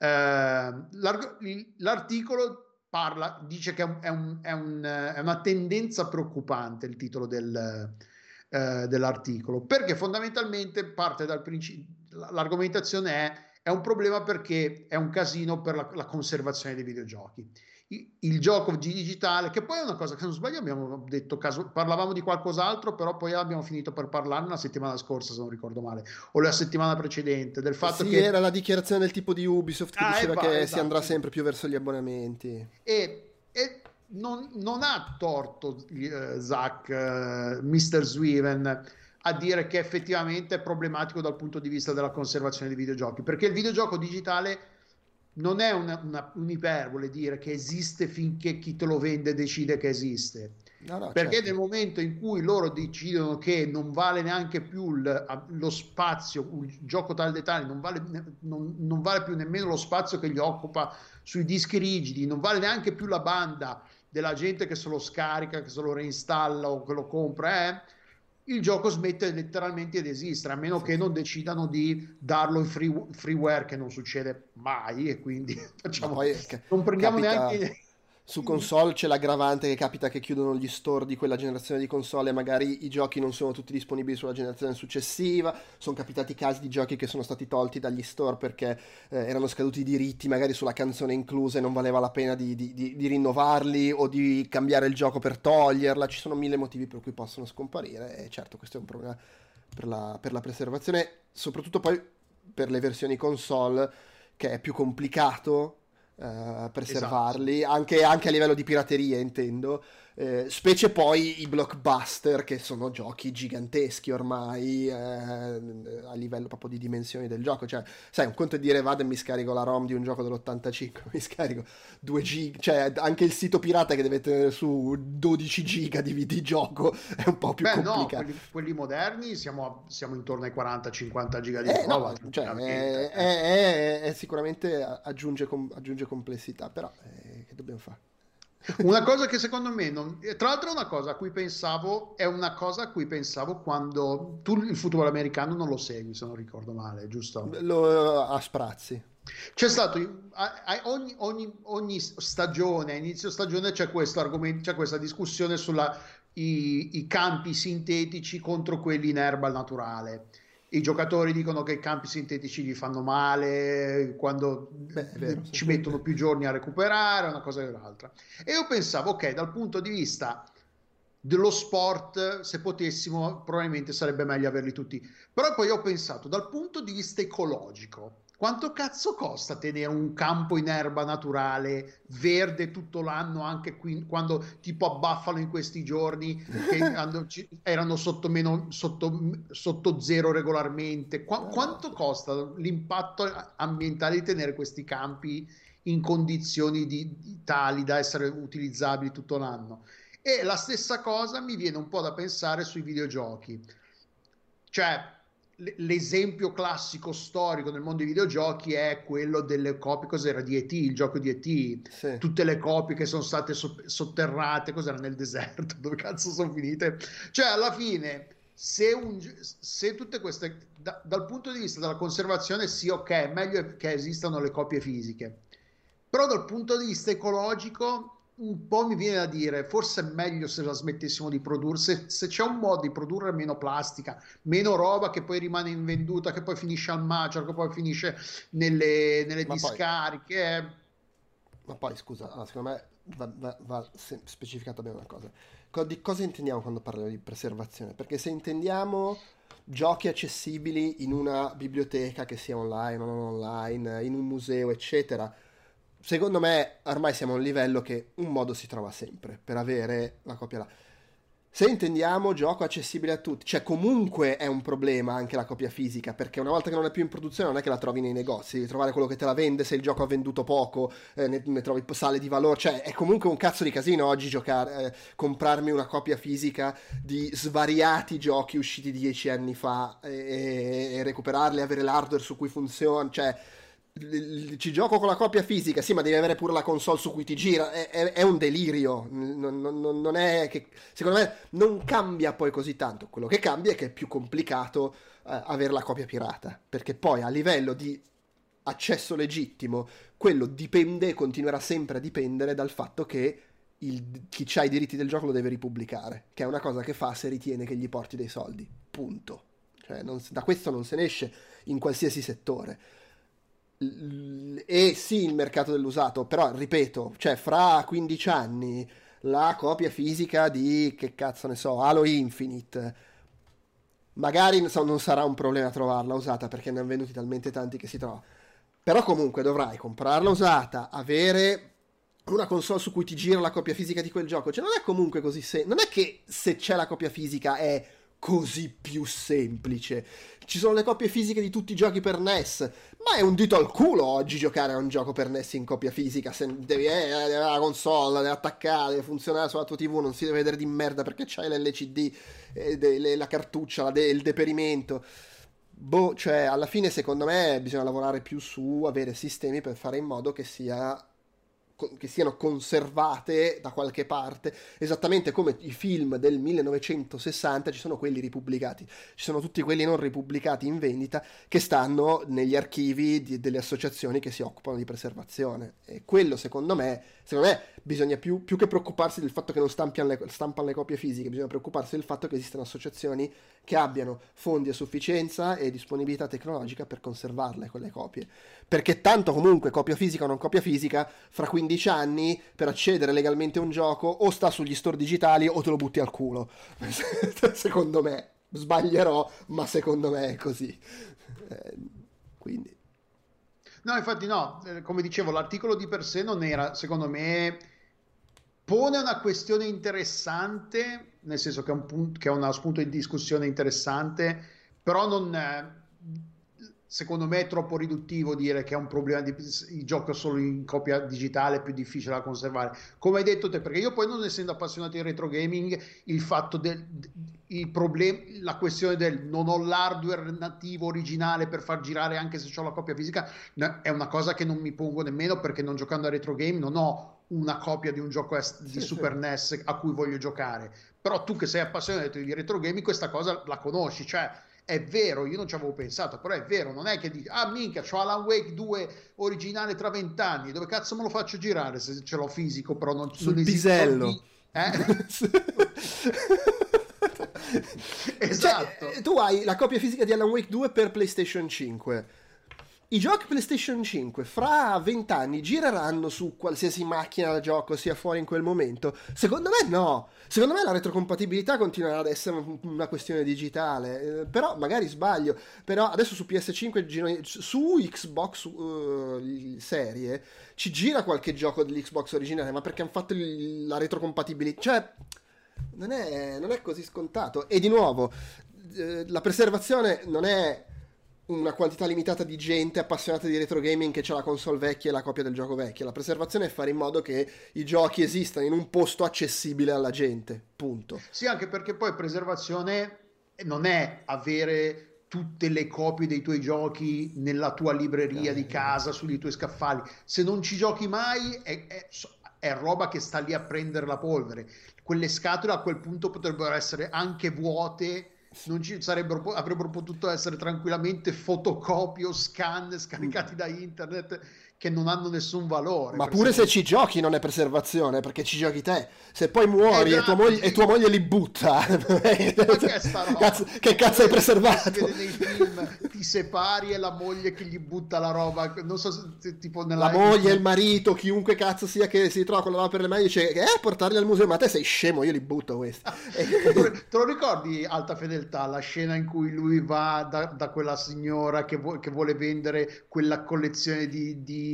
l'arg- l'articolo parla, dice che è, un, è, un, è una tendenza preoccupante il titolo del, uh, dell'articolo, perché fondamentalmente parte dal principio, l'argomentazione è è un problema perché è un casino per la, la conservazione dei videogiochi. Il, il gioco digitale, che poi è una cosa che non sbaglio, abbiamo detto, caso, parlavamo di qualcos'altro, però poi abbiamo finito per parlarne la settimana scorsa, se non ricordo male, o la settimana precedente, del fatto Sì, che. era la dichiarazione del tipo di Ubisoft che Ah, diceva va, che si andrà esatto. sempre più verso gli abbonamenti. E, e non, non ha torto eh, Zach, eh, mister Swiven, a dire che effettivamente è problematico dal punto di vista della conservazione dei videogiochi, perché il videogioco digitale non è una, una, un'iperbole dire che esiste finché chi te lo vende decide che esiste. No, no, Perché certo. nel momento in cui loro decidono che non vale neanche più il, lo spazio, il gioco tale dettagli, non vale, non, non vale più nemmeno lo spazio che gli occupa sui dischi rigidi, non vale neanche più la banda della gente che se lo scarica, che se lo reinstalla o che lo compra, eh, il gioco smette letteralmente di esistere, a meno Sì, che sì. non decidano di darlo in free, freeware, che non succede mai, e quindi Ma facciamo, poi ca- non prendiamo capita, neanche. Su console c'è l'aggravante che capita che chiudono gli store di quella generazione di console e magari i giochi non sono tutti disponibili sulla generazione successiva. Sono capitati casi di giochi che sono stati tolti dagli store perché eh, erano scaduti i diritti magari sulla canzone inclusa e non valeva la pena di, di, di, di rinnovarli o di cambiare il gioco per toglierla. Ci sono mille motivi per cui possono scomparire e certo questo è un problema per la, per la preservazione, soprattutto poi per le versioni console, che è più complicato Uh, preservarli, esatto. anche, anche a livello di pirateria intendo, eh, specie poi i blockbuster che sono giochi giganteschi ormai eh, a livello proprio di dimensioni del gioco, cioè sai, un conto è dire vado e mi scarico la ROM di un gioco dell'ottantacinque, mi scarico due giga, cioè anche il sito pirata che deve tenere su dodici giga di videogioco è un po' più Beh, complicato. no, quelli, quelli moderni siamo, siamo intorno ai quaranta cinquanta giga di eh, prova, no, cioè, è, è, è, è sicuramente aggiunge, aggiunge complessità, però eh, che dobbiamo fare? Una cosa che secondo me non... tra l'altro è una cosa a cui pensavo, è una cosa a cui pensavo quando tu il football americano non lo segui, se non ricordo male, giusto? Lo a sprazzi. C'è stato a, a ogni, ogni, ogni stagione, a inizio stagione c'è questo argomento, c'è questa discussione sulla i, i campi sintetici contro quelli in erba naturale. I giocatori dicono che i campi sintetici gli fanno male quando Beh, vero, ci mettono più giorni a recuperare, una cosa e l'altra. E io pensavo, ok, dal punto di vista dello sport, se potessimo, probabilmente sarebbe meglio averli tutti. Però poi ho pensato, dal punto di vista ecologico, quanto cazzo costa tenere un campo in erba naturale, verde tutto l'anno, anche qui, quando tipo abbaffano in questi giorni, che hanno, erano sotto, meno, sotto, sotto zero regolarmente? Qu- quanto costa l'impatto ambientale di tenere questi campi in condizioni di, di tali da essere utilizzabili tutto l'anno? E la stessa cosa mi viene un po' da pensare sui videogiochi. Cioè, l'esempio classico storico nel mondo dei videogiochi è quello delle copie, cos'era, di E T, il gioco di E T, sì. Tutte le copie che sono state sotterrate, cos'era, nel deserto, dove cazzo sono finite? Cioè alla fine se, un, se tutte queste da, dal punto di vista della conservazione sì, ok, è meglio che esistano le copie fisiche, però dal punto di vista ecologico un po' mi viene da dire, forse è meglio se la smettessimo di produrre, se, se c'è un modo di produrre meno plastica, meno roba che poi rimane invenduta, che poi finisce al macero, che poi finisce nelle, nelle ma discariche. Poi, ma poi scusa, allora, secondo me va, va, va specificata bene una cosa. Di cosa intendiamo quando parliamo di preservazione? Perché se intendiamo giochi accessibili in una biblioteca, che sia online o non online, in un museo, eccetera, secondo me ormai siamo a un livello che un modo si trova sempre per avere la copia là. Se intendiamo gioco accessibile a tutti, cioè comunque è un problema anche la copia fisica, perché una volta che non è più in produzione non è che la trovi nei negozi, devi trovare quello che te la vende, se il gioco ha venduto poco eh, ne, ne trovi sale di valore, cioè è comunque un cazzo di casino oggi giocare, eh, comprarmi una copia fisica di svariati giochi usciti dieci anni fa e, e recuperarli, avere l'hardware su cui funziona, cioè ci gioco con la copia fisica, sì, ma devi avere pure la console su cui ti gira, è, è, è un delirio, non, non, non è che, secondo me non cambia poi così tanto, quello che cambia è che è più complicato eh, avere la copia pirata, perché poi a livello di accesso legittimo quello dipende e continuerà sempre a dipendere dal fatto che il, chi ha i diritti del gioco lo deve ripubblicare, che è una cosa che fa se ritiene che gli porti dei soldi, punto, cioè non, da questo non se ne esce in qualsiasi settore. E sì, il mercato dell'usato, però ripeto, cioè fra quindici anni la copia fisica di, che cazzo ne so, Halo Infinite, magari non sarà un problema trovarla usata perché ne hanno venduti talmente tanti che si trova, però comunque dovrai comprarla usata, avere una console su cui ti gira la copia fisica di quel gioco, cioè non è comunque così se- non è che se c'è la copia fisica è così più semplice. Ci sono le copie fisiche di tutti i giochi per N E S, ma è un dito al culo oggi giocare a un gioco per N E S in copia fisica, se devi eh, avere la console, deve attaccare, deve funzionare sulla tua tivù, non si deve vedere di merda perché c'hai l'L C D, eh, de, le, la cartuccia, la de, il deperimento. Boh, cioè alla fine secondo me bisogna lavorare più su avere sistemi per fare in modo che sia che siano conservate da qualche parte, esattamente come i film del millenovecentosessanta, ci sono quelli ripubblicati, ci sono tutti quelli non ripubblicati in vendita che stanno negli archivi di, delle associazioni che si occupano di preservazione, e quello secondo me secondo me bisogna più, più che preoccuparsi del fatto che non stampiano le, stampano le copie fisiche, bisogna preoccuparsi del fatto che esistano associazioni che abbiano fondi a sufficienza e disponibilità tecnologica per conservarle quelle copie, perché tanto comunque copia fisica o non copia fisica, fra quindici anni per accedere legalmente a un gioco o sta sugli store digitali o te lo butti al culo. Secondo me, sbaglierò, ma secondo me è così. Eh, quindi No, infatti no, eh, come dicevo, l'articolo di per sé non era, secondo me, pone una questione interessante, nel senso che è un punto, che è uno spunto di discussione interessante, però non, eh, secondo me è troppo riduttivo dire che è un problema di il gioco solo in copia digitale è più difficile da conservare. Come hai detto te, perché io poi non essendo appassionato di retro gaming, il fatto del il problema, la questione del non ho l'hardware nativo originale per far girare anche se ho la copia fisica è una cosa che non mi pongo nemmeno, perché non giocando a retro game non ho una copia di un gioco di sì, Super sì. N E S a cui voglio giocare. Però tu che sei appassionato di retro gaming questa cosa la conosci, cioè è vero, io non ci avevo pensato, però è vero, non è che dici ah minchia c'ho Alan Wake due originale tra vent'anni, dove cazzo me lo faccio girare se ce l'ho fisico però non, sul non pisello eh? Esatto. Cioè, tu hai la copia fisica di Alan Wake due per PlayStation cinque. I giochi PlayStation cinque fra vent'anni gireranno su qualsiasi macchina da gioco sia fuori in quel momento? Secondo me no. Secondo me la retrocompatibilità continuerà ad essere una questione digitale. Eh, però magari sbaglio. Però adesso su P S cinque su Xbox uh, serie ci gira qualche gioco dell'Xbox originale, ma perché hanno fatto il, la retrocompatibilità. Cioè non è, non è così scontato. E di nuovo eh, la preservazione non è una quantità limitata di gente appassionata di retro gaming che c'ha la console vecchia e la copia del gioco vecchia. La preservazione è fare in modo che i giochi esistano in un posto accessibile alla gente, punto. Sì, anche perché poi preservazione non è avere tutte le copie dei tuoi giochi nella tua libreria di casa, sui tuoi scaffali. Se non ci giochi mai è, è, è roba che sta lì a prendere la polvere. Quelle scatole a quel punto potrebbero essere anche vuote, non ci sarebbero, avrebbero potuto essere tranquillamente fotocopie o scan scaricati da internet che non hanno nessun valore. Ma pure se ci giochi non è preservazione, perché ci giochi te. Se poi muori esatto, e, tua moglie, sì. e tua moglie li butta, cazzo, che cazzo hai preservato? Si vede nei film, ti separi e la moglie che gli butta la roba, non so se tipo nella... La moglie, il marito, chiunque cazzo sia che si trova con la roba per le mani dice eh, portarli al museo, ma te sei scemo, io li butto questi. Te lo ricordi, Alta Fedeltà, la scena in cui lui va da, da quella signora che, vu- che vuole vendere quella collezione di, di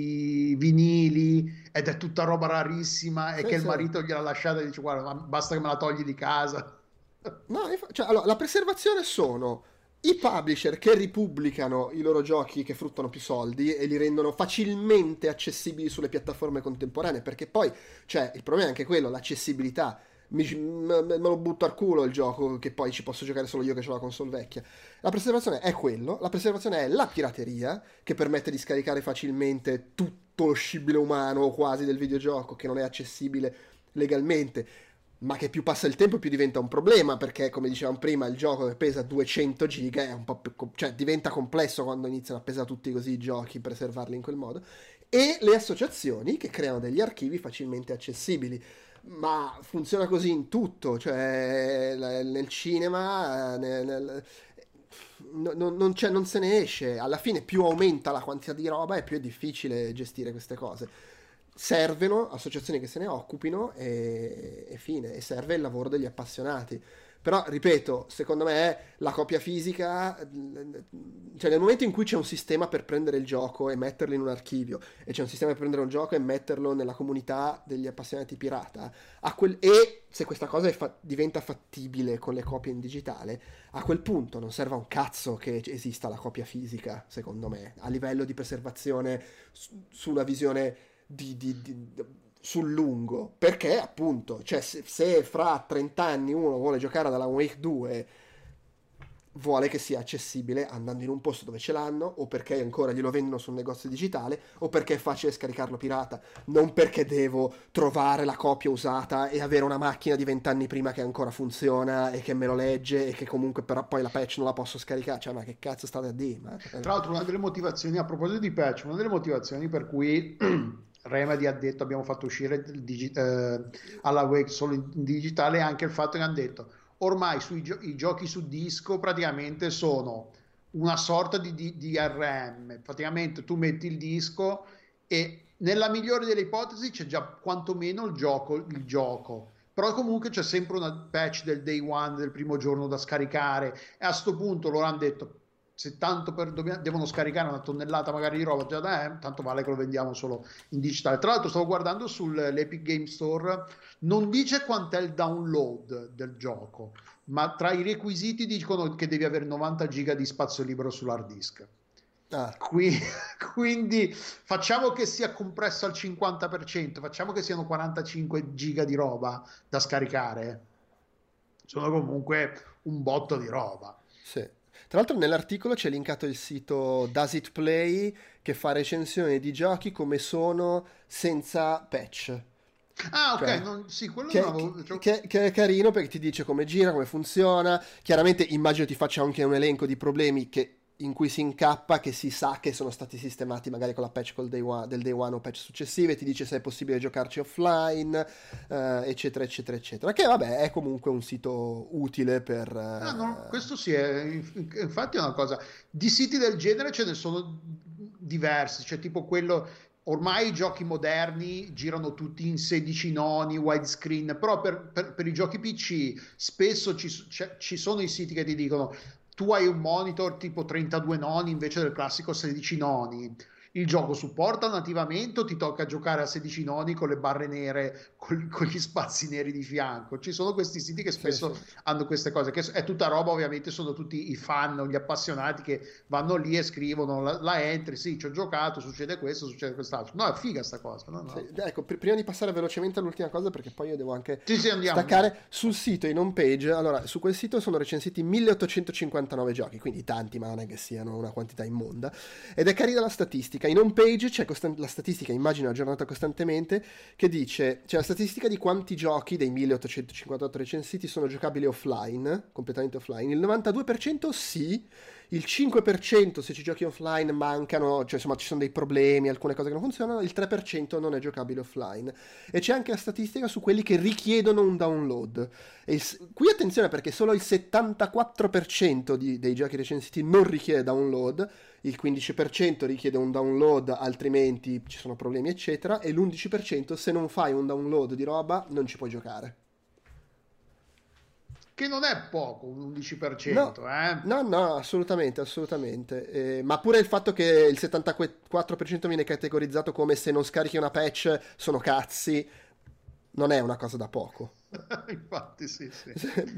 vinili ed è tutta roba rarissima e sì, che sì. il marito gliela lasciata e dice guarda basta che me la togli di casa. No, cioè, allora, la preservazione sono i publisher che ripubblicano i loro giochi che fruttano più soldi e li rendono facilmente accessibili sulle piattaforme contemporanee, perché poi cioè il problema è anche quello, l'accessibilità. Mi, me, me lo butto al culo il gioco che poi ci posso giocare solo io che ho la console vecchia. La preservazione è quello, la preservazione è la pirateria che permette di scaricare facilmente tutto lo scibile umano o quasi del videogioco che non è accessibile legalmente, ma che più passa il tempo più diventa un problema, perché come dicevamo prima il gioco che pesa duecento giga è un po' più, cioè diventa complesso quando iniziano a pesare tutti così i giochi, preservarli in quel modo, e le associazioni che creano degli archivi facilmente accessibili. Ma funziona così in tutto, cioè nel cinema nel, nel, no, no, non, c'è, non se ne esce. Alla fine più aumenta la quantità di roba e più è difficile gestire queste cose. Servono associazioni che se ne occupino e, e fine, e serve il lavoro degli appassionati. Però, ripeto, secondo me la copia fisica, cioè nel momento in cui c'è un sistema per prendere il gioco e metterlo in un archivio, e c'è un sistema per prendere un gioco e metterlo nella comunità degli appassionati pirata, a quel, e se questa cosa è fa- diventa fattibile con le copie in digitale, a quel punto non serve a un cazzo che esista la copia fisica, secondo me, a livello di preservazione su, su una visione di... di, di, di sul lungo, perché appunto cioè se, se fra trenta anni uno vuole giocare ad Alan Wake due vuole che sia accessibile andando in un posto dove ce l'hanno, o perché ancora glielo vendono sul negozio digitale, o perché è facile scaricarlo pirata, non perché devo trovare la copia usata e avere una macchina di vent'anni prima che ancora funziona e che me lo legge e che comunque però poi la patch non la posso scaricare. Cioè ma che cazzo state a dire? Ma... Tra l'altro una delle motivazioni, a proposito di patch, una delle motivazioni per cui Remedy ha detto abbiamo fatto uscire il digi- eh, alla Wake solo in digitale, anche il fatto che hanno detto ormai sui gio- i giochi su disco praticamente sono una sorta di, di, di R M, praticamente tu metti il disco e nella migliore delle ipotesi c'è già quantomeno il gioco, il gioco. Però comunque c'è sempre una patch del day one, del primo giorno da scaricare, e a sto punto loro hanno detto se tanto per, devono scaricare una tonnellata magari di roba già da eh, tanto vale che lo vendiamo solo in digitale. Tra l'altro stavo guardando sull'Epic Game Store, non dice quant'è il download del gioco, ma tra i requisiti dicono che devi avere novanta giga di spazio libero sull'hard disk. Ah. Qui, quindi facciamo che sia compresso al cinquanta per cento, facciamo che siano quarantacinque giga di roba da scaricare, sono comunque un botto di roba. Sì. Tra l'altro nell'articolo c'è linkato il sito Does It Play, che fa recensioni di giochi come sono senza patch. Ah, ok, Cioè, non, sì, quello che, non avevo... cioè- che- che è carino perché ti dice come gira, come funziona. Chiaramente immagino ti faccia anche un elenco di problemi che- in cui si incappa, che si sa che sono stati sistemati magari con la patch col day one, del day one o patch successive. Ti dice se è possibile giocarci offline, eh, eccetera, eccetera, eccetera. Che vabbè, è comunque un sito utile per... Ah, no, eh, questo sì, è, infatti è una cosa. Di siti del genere ce ne sono diversi, cioè tipo quello, ormai i giochi moderni girano tutti in sedici noni, widescreen, però per, per- per i giochi P C spesso ci, c'è- ci sono i siti che ti dicono tu hai un monitor tipo trentadue noni invece del classico sedici noni. Il gioco supporta nativamente o ti tocca giocare a sedici noni con le barre nere, con, con gli spazi neri di fianco? Ci sono questi siti che sì, sì. spesso hanno queste cose, che è tutta roba, ovviamente sono tutti i fan o gli appassionati che vanno lì e scrivono la, la entry, sì, ci ho giocato, succede questo, succede quest'altro. No, è figa sta cosa, no, no. Sì, ecco, pr- prima di passare velocemente all'ultima cosa, perché poi io devo anche Sì, sì, andiamo. staccare sul sito in home page. Allora, su quel sito sono recensiti milleottocentocinquantanove giochi, quindi tanti, ma non è che siano una quantità immonda. Ed è carina la statistica. In home page c'è costan- la statistica, immagino aggiornata costantemente, che dice c'è la statistica di quanti giochi dei milleottocentocinquantotto recensiti sono giocabili offline, completamente offline. Il novantadue per cento sì. Il cinque per cento se ci giochi offline mancano, cioè insomma ci sono dei problemi, alcune cose che non funzionano, il tre per cento non è giocabile offline. E c'è anche la statistica su quelli che richiedono un download. E il, qui attenzione perché solo il settantaquattro per cento di, dei giochi recensiti non richiede download, il quindici per cento richiede un download altrimenti ci sono problemi eccetera, e l'undici per cento se non fai un download di roba non ci puoi giocare. Che non è poco, un undici per No, cento, eh? no, no, assolutamente, assolutamente. Eh, ma pure il fatto che il settantaquattro per cento viene categorizzato come se non scarichi una patch sono cazzi, non è una cosa da poco. Infatti sì, sì.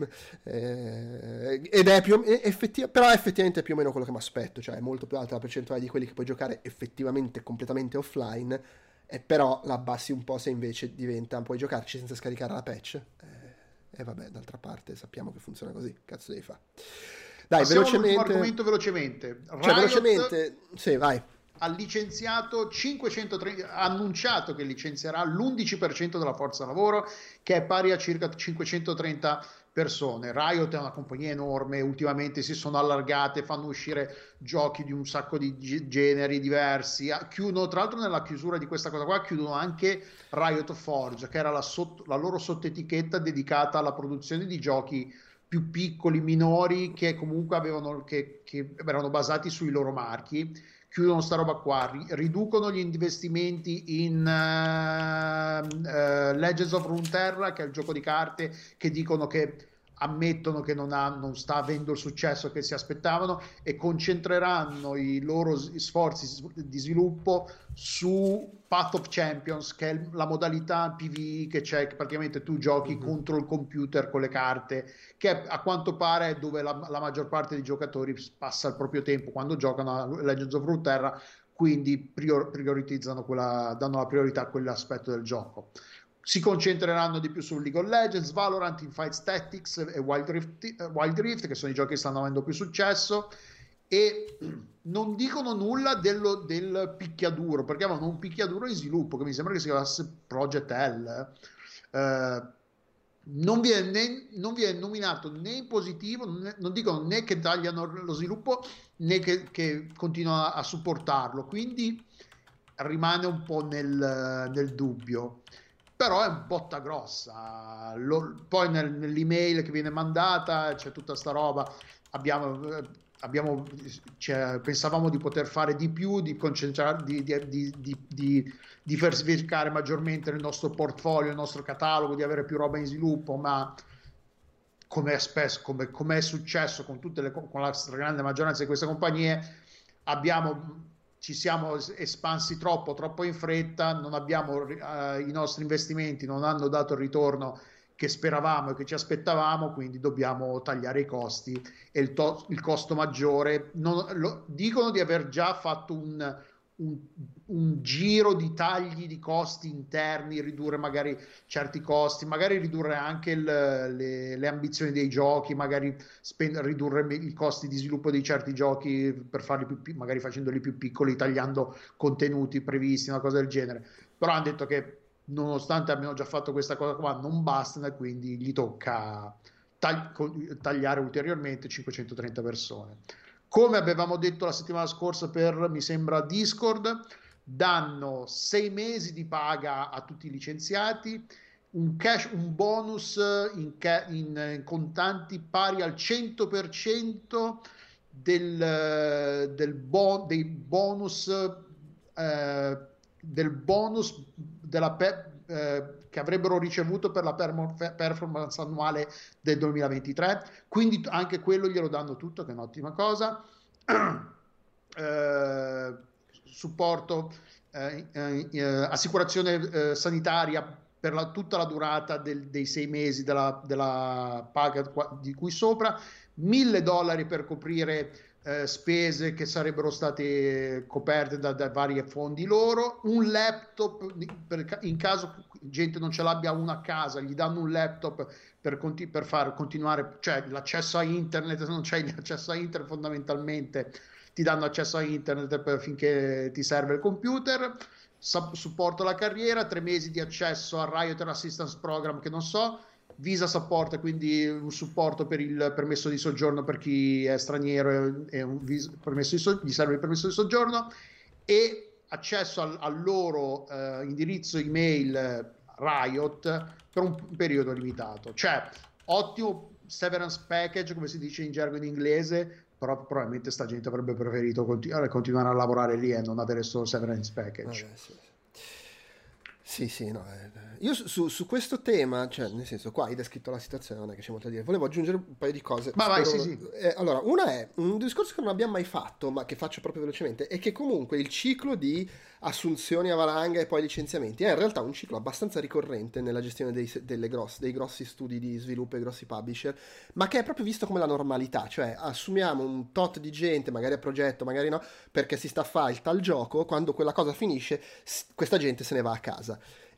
Eh, ed è più effettiva, però è effettivamente più o meno quello che mi aspetto, cioè è molto più alta la percentuale di quelli che puoi giocare effettivamente completamente offline, e però la abbassi un po' se invece diventa puoi giocarci senza scaricare la patch. Eh, e vabbè, d'altra parte sappiamo che funziona così, cazzo devi fare. Dai, Passiamo all'ultimo velocemente, argomento velocemente. cioè Riot velocemente, sì, vai. ha licenziato cinquecentotrenta, ha annunciato che licenzierà l'undici per cento della forza lavoro, che è pari a circa cinquecentotrenta persone. Riot è una compagnia enorme, ultimamente si sono allargate, fanno uscire giochi di un sacco di g- generi diversi, chiudono, tra l'altro nella chiusura di questa cosa qua chiudono anche Riot Forge, che era la, sotto, la loro sottoetichetta dedicata alla produzione di giochi più piccoli, minori, che comunque avevano, che, che erano basati sui loro marchi. Chiudono sta roba qua, riducono gli investimenti in uh, uh, Legends of Runeterra, che è il gioco di carte, che dicono che ammettono che non, ha, non sta avendo il successo che si aspettavano, e concentreranno i loro sforzi di sviluppo su Path of Champions, che è la modalità P V E che c'è, che praticamente tu giochi mm-hmm. contro il computer con le carte, che a quanto pare è dove la, la maggior parte dei giocatori passa il proprio tempo quando giocano a Legends of Runeterra, quindi prior, prioritizzano quella, danno la priorità a quell'aspetto del gioco. Si concentreranno di più su League of Legends, Valorant, Infight Tactics e Wild Rift, Wild Rift, che sono i giochi che stanno avendo più successo, e non dicono nulla dello, del picchiaduro, perché avevano un picchiaduro in sviluppo che mi sembra che si chiamasse Project L. Eh, non viene, né, non viene nominato né in positivo, né, non dicono né che tagliano lo sviluppo né che, che continuano a, a supportarlo, quindi rimane un po' nel, nel dubbio, però è un botta grossa. Lo, poi nel, nell'email che viene mandata c'è tutta sta roba, abbiamo, abbiamo cioè, pensavamo di poter fare di più, di concentrare, di, di, di, di, di diversificare maggiormente il nostro portfolio, il nostro catalogo, di avere più roba in sviluppo, ma come è spesso, come, come è successo con tutte le, con la stragrande maggioranza di queste compagnie, abbiamo, ci siamo espansi troppo, troppo in fretta, non abbiamo, eh, i nostri investimenti non hanno dato il ritorno che speravamo e che ci aspettavamo, quindi dobbiamo tagliare i costi, e il, to- il costo maggiore, non, lo, dicono di aver già fatto un, un, un giro di tagli di costi interni, ridurre magari certi costi, magari ridurre anche il, le, le ambizioni dei giochi, magari spend- ridurre i costi di sviluppo di certi giochi per farli più, magari facendoli più piccoli, tagliando contenuti previsti, una cosa del genere. Però hanno detto che nonostante abbiano già fatto questa cosa qua non bastano, e quindi gli tocca tagli- tagliare ulteriormente cinquecentotrenta persone. Come avevamo detto la settimana scorsa per, mi sembra, Discord, danno sei mesi di paga a tutti i licenziati, un cash, un bonus in, ca- in, in contanti pari al cento per cento del, del bo- dei bonus eh, del bonus della pe- eh, che avrebbero ricevuto per la per- performance annuale del duemilaventitré, quindi anche quello glielo danno tutto, che è un'ottima cosa. eh, supporto, eh, eh, assicurazione eh, sanitaria per la, tutta la durata del, dei sei mesi della, della paga di cui sopra, mille dollari per coprire eh, spese che sarebbero state coperte da, da vari fondi loro, un laptop per, in caso gente non ce l'abbia uno a casa, gli danno un laptop per, conti- per far continuare, cioè l'accesso a internet, se non c'hai l'accesso a internet fondamentalmente ti danno accesso a internet per, finché ti serve il computer. Sub- supporto alla carriera, tre mesi di accesso al Riot Assistance Program, che non so, Visa Support, quindi un supporto per il permesso di soggiorno per chi è straniero e un vis- permesso di so- gli serve il permesso di soggiorno, e accesso al, al loro eh, indirizzo email Riot per un periodo limitato. Cioè, ottimo severance package, come si dice in gergo in inglese, però probabilmente sta gente avrebbe preferito continuare, continuare a lavorare lì e non avere solo severance package. Vabbè, sì. Sì, sì, no, eh, io su, su- su questo tema, cioè, nel senso, qua hai descritto la situazione, non è che c'è molto da dire. Volevo aggiungere un paio di cose. Ma vai, spero- sì, sì. eh, allora, una è un discorso che non abbiamo mai fatto, ma che faccio proprio velocemente, è che comunque il ciclo di assunzioni a valanga e poi licenziamenti è in realtà un ciclo abbastanza ricorrente nella gestione dei, delle gross- dei grossi studi di sviluppo e grossi publisher, ma che è proprio visto come la normalità, cioè assumiamo un tot di gente, magari a progetto, magari no, perché si sta a fare il tal gioco, quando quella cosa finisce, s- questa gente se ne va a casa.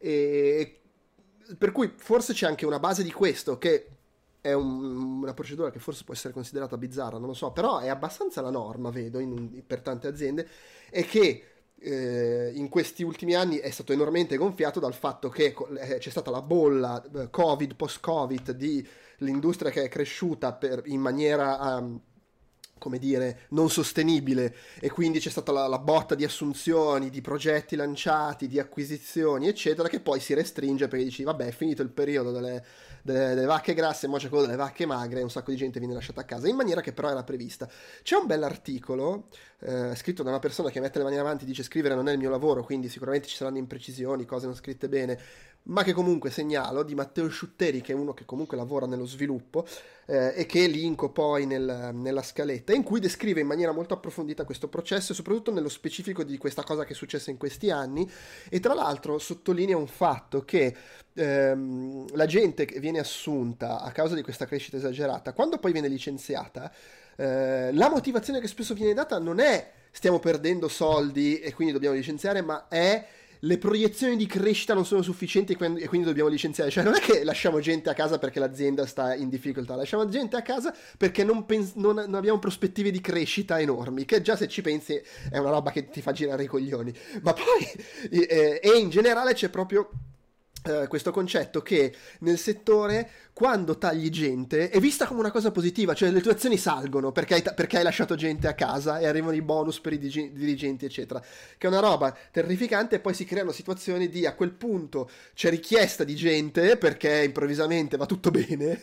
E per cui forse c'è anche una base di questo, che è un- una procedura che forse può essere considerata bizzarra, non lo so, però è abbastanza la norma, vedo, in- per tante aziende, e che eh, in questi ultimi anni è stato enormemente gonfiato dal fatto che co- eh, c'è stata la bolla eh, Covid, post-Covid, di l'industria che è cresciuta per- in maniera... ehm, come dire, non sostenibile, e quindi c'è stata la, la botta di assunzioni, di progetti lanciati, di acquisizioni, eccetera, che poi si restringe perché dici, vabbè, è finito il periodo delle, delle, delle vacche grasse, mo c'è quello delle vacche magre, e un sacco di gente viene lasciata a casa, in maniera che però era prevista. C'è un bell'articolo eh, scritto da una persona che mette le mani avanti, dice scrivere non è il mio lavoro, quindi sicuramente ci saranno imprecisioni, cose non scritte bene, ma che comunque segnalo, di Matteo Sciutteri, che è uno che comunque lavora nello sviluppo, eh, e che linko poi nel- nella scaletta, in cui descrive in maniera molto approfondita questo processo e soprattutto nello specifico di questa cosa che è successa in questi anni, e tra l'altro sottolinea un fatto che ehm, la gente che viene assunta a causa di questa crescita esagerata, quando poi viene licenziata, eh, la motivazione che spesso viene data non è stiamo perdendo soldi e quindi dobbiamo licenziare, ma è le proiezioni di crescita non sono sufficienti e quindi e quindi dobbiamo licenziare. Cioè non è che lasciamo gente a casa perché l'azienda sta in difficoltà, lasciamo gente a casa perché non, pens- non, non abbiamo prospettive di crescita enormi, che già se ci pensi è una roba che ti fa girare i coglioni. Ma poi eh, e in generale c'è proprio eh, questo concetto che nel settore, quando tagli gente, è vista come una cosa positiva, cioè le tue azioni salgono perché hai, perché hai lasciato gente a casa e arrivano i bonus per i digi- dirigenti eccetera, che è una roba terrificante. E poi si creano situazioni di, a quel punto c'è richiesta di gente perché improvvisamente va tutto bene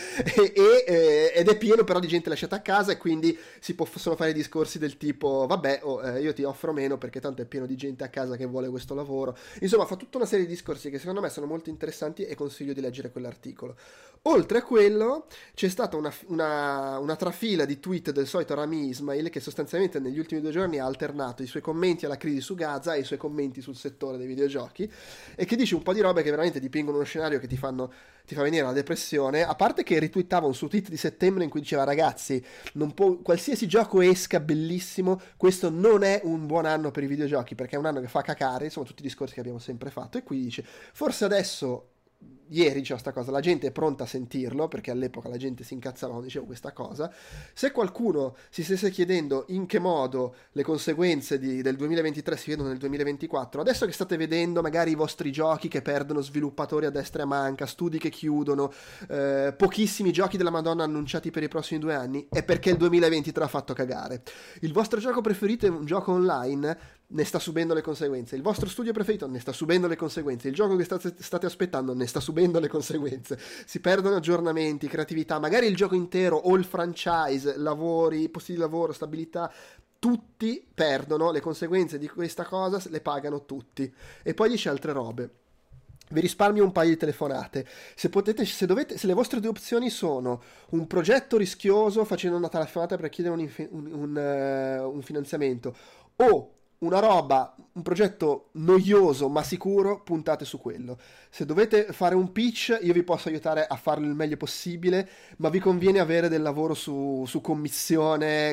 e, e, eh, ed è pieno però di gente lasciata a casa, e quindi si possono fare discorsi del tipo vabbè, oh, eh, io ti offro meno perché tanto è pieno di gente a casa che vuole questo lavoro. Insomma, fa tutta una serie di discorsi che secondo me sono molto interessanti e consiglio di leggere quell'articolo. Oltre a quello c'è stata una, una, una trafila di tweet del solito Rami Ismail, che sostanzialmente negli ultimi due giorni ha alternato i suoi commenti alla crisi su Gaza e i suoi commenti sul settore dei videogiochi, e che dice un po' di robe che veramente dipingono uno scenario che ti fanno ti fa venire la depressione. A parte che ritwittava un suo tweet di settembre in cui diceva ragazzi, non può, qualsiasi gioco esca bellissimo, questo non è un buon anno per i videogiochi perché è un anno che fa cacare, insomma tutti i discorsi che abbiamo sempre fatto. E qui dice forse adesso, ieri diceva sta cosa, la gente è pronta a sentirlo, perché all'epoca la gente si incazzava quando dicevo questa cosa. Se qualcuno si stesse chiedendo in che modo le conseguenze di, del duemilaventitré si vedono nel duemilaventiquattro, adesso che state vedendo magari i vostri giochi che perdono sviluppatori a destra e a manca, studi che chiudono, eh, pochissimi giochi della Madonna annunciati per i prossimi due anni, è perché il duemilaventitré ha fatto cagare. Il vostro gioco preferito è un gioco online, ne sta subendo le conseguenze. Il vostro studio preferito ne sta subendo le conseguenze. Il gioco che state, state aspettando ne sta subendo le conseguenze. Si perdono aggiornamenti, creatività, magari il gioco intero o il franchise, lavori, posti di lavoro, stabilità, tutti perdono le conseguenze di questa cosa, le pagano tutti. E poi dice altre robe. Vi risparmio un paio di telefonate. Se potete, se dovete, se le vostre due opzioni sono un progetto rischioso facendo una telefonata per chiedere un, un, un, uh, un finanziamento, o una roba, un progetto noioso ma sicuro, puntate su quello. Se dovete fare un pitch, io vi posso aiutare a farlo il meglio possibile, ma vi conviene avere del lavoro su, su commissione,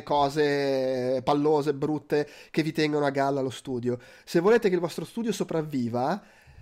cose pallose, brutte, che vi tengono a galla lo studio. Se volete che il vostro studio sopravviva,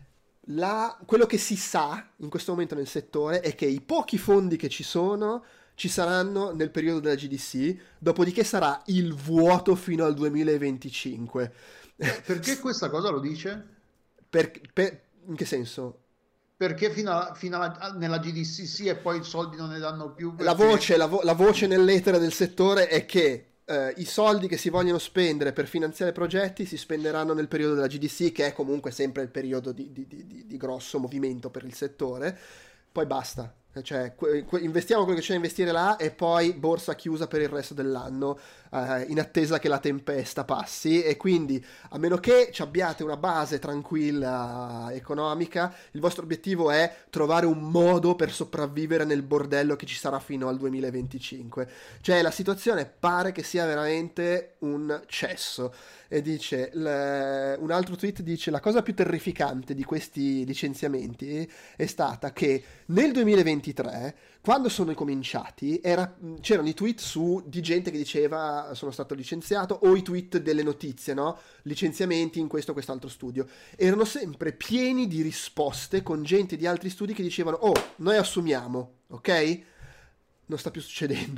la, quello che si sa in questo momento nel settore è che i pochi fondi che ci sono ci saranno nel periodo della G D C, dopodiché sarà il vuoto fino al duemilaventicinque. Perché questa cosa lo dice? Per, per, in che senso? Perché fino, a, fino alla, nella G D C sì, e poi i soldi non ne danno più? Perché... La voce, la, vo- la voce nell'etere del settore è che eh, i soldi che si vogliono spendere per finanziare progetti si spenderanno nel periodo della G D C, che è comunque sempre il periodo di, di, di, di, di grosso movimento per il settore. Poi basta. Cioè, que- que- investiamo quello che c'è da investire là e poi borsa chiusa per il resto dell'anno, eh, in attesa che la tempesta passi. E quindi, a meno che ci abbiate una base tranquilla economica, il vostro obiettivo è trovare un modo per sopravvivere nel bordello che ci sarà fino al duemilaventicinque. Cioè, la situazione pare che sia veramente un cesso. E dice, l- un altro tweet dice: la cosa più terrificante di questi licenziamenti è stata che nel duemilaventitré, quando sono cominciati, era, c'erano i tweet su di gente che diceva sono stato licenziato, o i tweet delle notizie, no? Licenziamenti in questo o quest'altro studio. Erano sempre pieni di risposte con gente di altri studi che dicevano: oh, noi assumiamo, ok? Non sta più succedendo.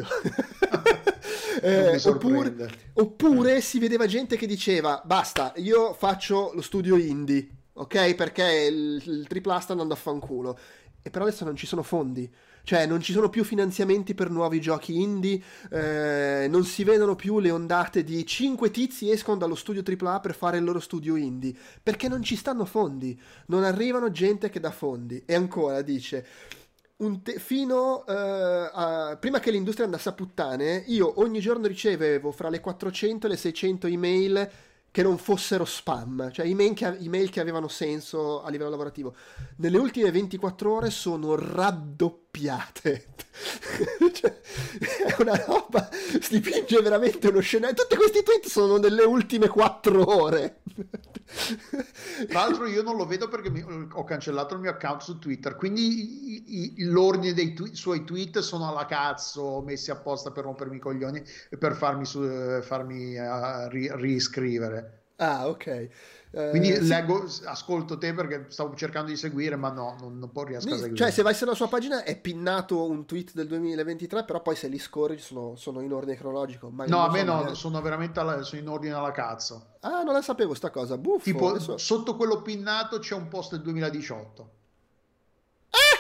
Eh, oppure, oppure si vedeva gente che diceva basta, io faccio lo studio indie, ok, perché il, il tripla A sta andando a fanculo. E però adesso non ci sono fondi, cioè non ci sono più finanziamenti per nuovi giochi indie, eh, non si vedono più le ondate di cinque tizi escono dallo studio tripla A per fare il loro studio indie, perché non ci stanno fondi, non arrivano gente che dà fondi. E ancora dice: Un te- fino uh, a, prima che l'industria andasse a puttane, io ogni giorno ricevevo fra le quattrocento e le seicento email che non fossero spam, cioè email che, email che avevano senso a livello lavorativo. Nelle ultime ventiquattro ore sono raddoppiate. Cioè, è una roba, si dipinge veramente uno scenario. Tutti questi tweet sono delle ultime quattro ore. Tra l'altro io non lo vedo perché mi, ho cancellato il mio account su Twitter, quindi i, i, l'ordine dei tu, suoi tweet sono alla cazzo, messi apposta per rompermi i coglioni e per farmi, su, farmi uh, ri, riscrivere. Ah, ok. Uh, Quindi sì. leggo, ascolto te perché stavo cercando di seguire, ma no, non, non riesco a seguire. Cioè, se vai sulla sua pagina è pinnato un tweet del duemilaventitré, però poi se li scorri sono, sono in ordine cronologico. Ma no, a me so, no, magari... sono veramente alla, sono in ordine alla cazzo. Ah, non la sapevo sta cosa, buffo. Tipo, adesso... sotto quello pinnato c'è un post del duemiladiciotto.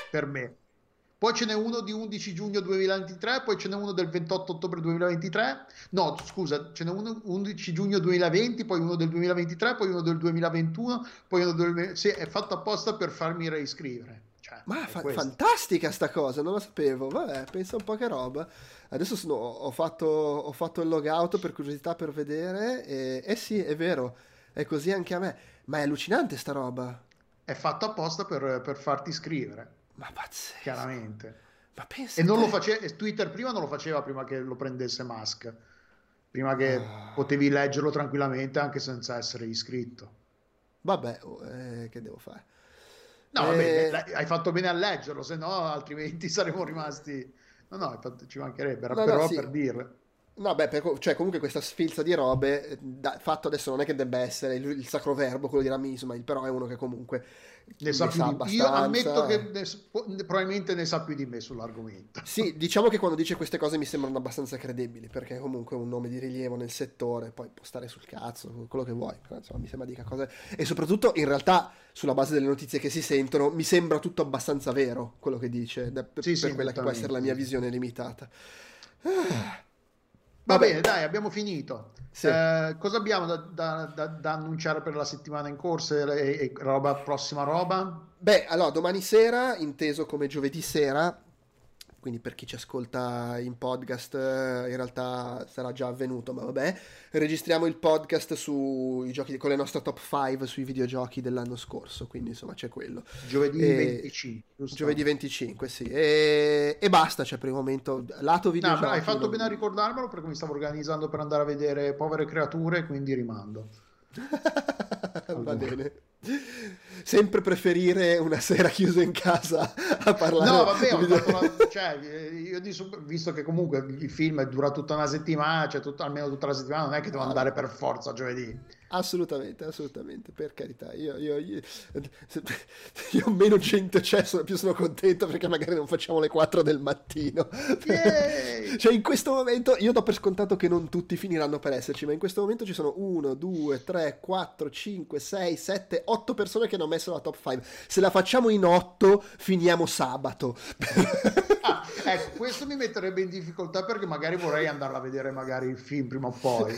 per me. Poi ce n'è uno di undici giugno duemilaventitré, poi ce n'è uno del ventotto ottobre duemilaventitré, no scusa, ce n'è uno undici giugno duemilaventi, poi uno del duemilaventitré, poi uno del duemilaventuno, poi uno del... Sì, è fatto apposta per farmi reiscrivere. Cioè, Ma è fa- questo. fantastica sta cosa, non la sapevo. Vabbè, pensa un po' che roba. Adesso sono- ho fatto, ho fatto il logout per curiosità per vedere. E eh sì, è vero, è così anche a me. Ma è allucinante sta roba. È fatto apposta per, per farti iscrivere, Ma pazzesco. chiaramente. Ma pensa E a non lo te. faceva, Twitter prima non lo faceva prima che lo prendesse Musk, prima che Ah, potevi leggerlo tranquillamente anche senza essere iscritto. vabbè, oh, eh, che devo fare? No, vabbè, le- Eh, le- hai fatto bene a leggerlo, se no altrimenti saremmo rimasti... No, no, hai fatto- ci mancherebbe, era no, no, però sì. per dirle. No, beh, per- cioè comunque questa sfilza di robe, eh, da- fatto adesso non è che debba essere il, il sacro verbo, quello di Rami Ismail, però è uno che comunque Ne sa ne più sa di... Io ammetto abbastanza. che ne s- probabilmente ne sa più di me sull'argomento. Sì, diciamo che quando dice queste cose mi sembrano abbastanza credibili, perché comunque è un nome di rilievo nel settore, poi può stare sul cazzo, quello che vuoi, però insomma mi sembra dica cose... E soprattutto, in realtà, sulla base delle notizie che si sentono, mi sembra tutto abbastanza vero, quello che dice, da- per, Sì, per sì, quella che può essere la mia nettamente. visione limitata. Ah, Va vabbè, bene, dai, abbiamo finito. sì. Eh, cosa abbiamo da, da- da- da annunciare per la settimana in corso e, e roba, prossima roba? Beh, allora, domani sera, inteso come giovedì sera, quindi per chi ci ascolta in podcast, eh, in realtà sarà già avvenuto, ma vabbè, registriamo il podcast sui giochi, con le nostre top cinque sui videogiochi dell'anno scorso, quindi insomma c'è quello. Giovedì E... venticinque, giusto? Giovedì venticinque, sì. E, e basta, cioè per il momento, lato No, però hai videogiochi, fatto bene a non... ricordarmelo perché mi stavo organizzando per andare a vedere Povere Creature, quindi rimando al Va volo. bene. Sempre preferire una sera chiuso in casa a No, parlare vabbè, di ho video... fatto la- cioè, eh, io di su- visto che comunque il film dura tutta una settimana, cioè tutta- almeno tutta la settimana, non è che devo No, andare no. per forza giovedì. Assolutamente, assolutamente, per carità. Io, io, io, io meno gente c'è, sono, più sono contento perché magari non facciamo le quattro del mattino. Yay! Cioè, in questo momento, io do per scontato che non tutti finiranno per esserci, ma in questo momento ci sono uno, due, tre, quattro, cinque, sei, sette, otto persone che hanno messo la top cinque. Se la facciamo in otto, finiamo sabato. Ah, ecco, questo mi metterebbe in difficoltà perché magari vorrei andarla a vedere magari il film prima o poi.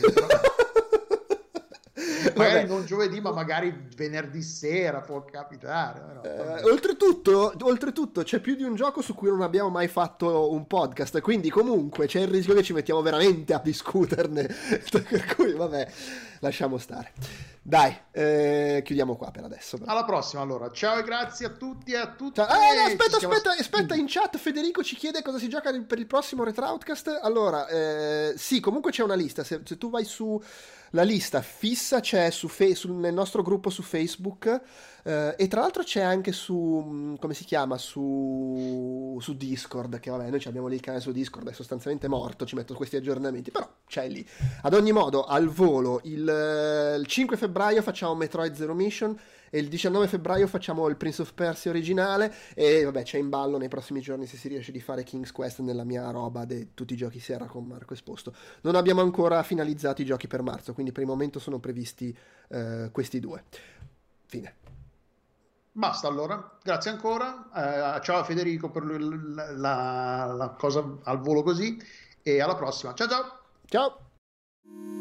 Magari Vabbè. non giovedì, ma magari venerdì sera può capitare. però, Eh, vabbè. oltretutto, oltretutto c'è più di un gioco su cui non abbiamo mai fatto un podcast, quindi comunque c'è il rischio che ci mettiamo veramente a discuterne. Per cui vabbè, lasciamo stare. Dai, eh, chiudiamo qua per adesso. però. Alla prossima allora. Ciao e grazie a tutti e a tutte. Ciao. Ah, no, Ci aspetta, siamo- aspetta, aspetta, in chat Federico ci chiede cosa si gioca per il prossimo Retroutcast. Allora, eh, sì, comunque c'è una lista, se, se tu vai su la lista fissa c'è su fe- sul- nel nostro gruppo su Facebook, eh, e tra l'altro c'è anche su, mh, come si chiama, su, su Discord, che vabbè, noi ci abbiamo lì il canale su Discord, è sostanzialmente morto, ci metto questi aggiornamenti, però c'è lì. Ad ogni modo, al volo, il, eh, il cinque febbraio facciamo Metroid Zero Mission e il diciannove febbraio facciamo il Prince of Persia originale e vabbè c'è in ballo nei prossimi giorni se si riesce di fare King's Quest nella mia roba di tutti i giochi Sierra con Marco esposto. Non abbiamo ancora finalizzato i giochi per marzo, quindi per il momento sono previsti eh, questi due. Fine. Basta allora. Grazie ancora. Eh, ciao a Federico per l- la, la la cosa al volo così e alla prossima. Ciao ciao. Ciao!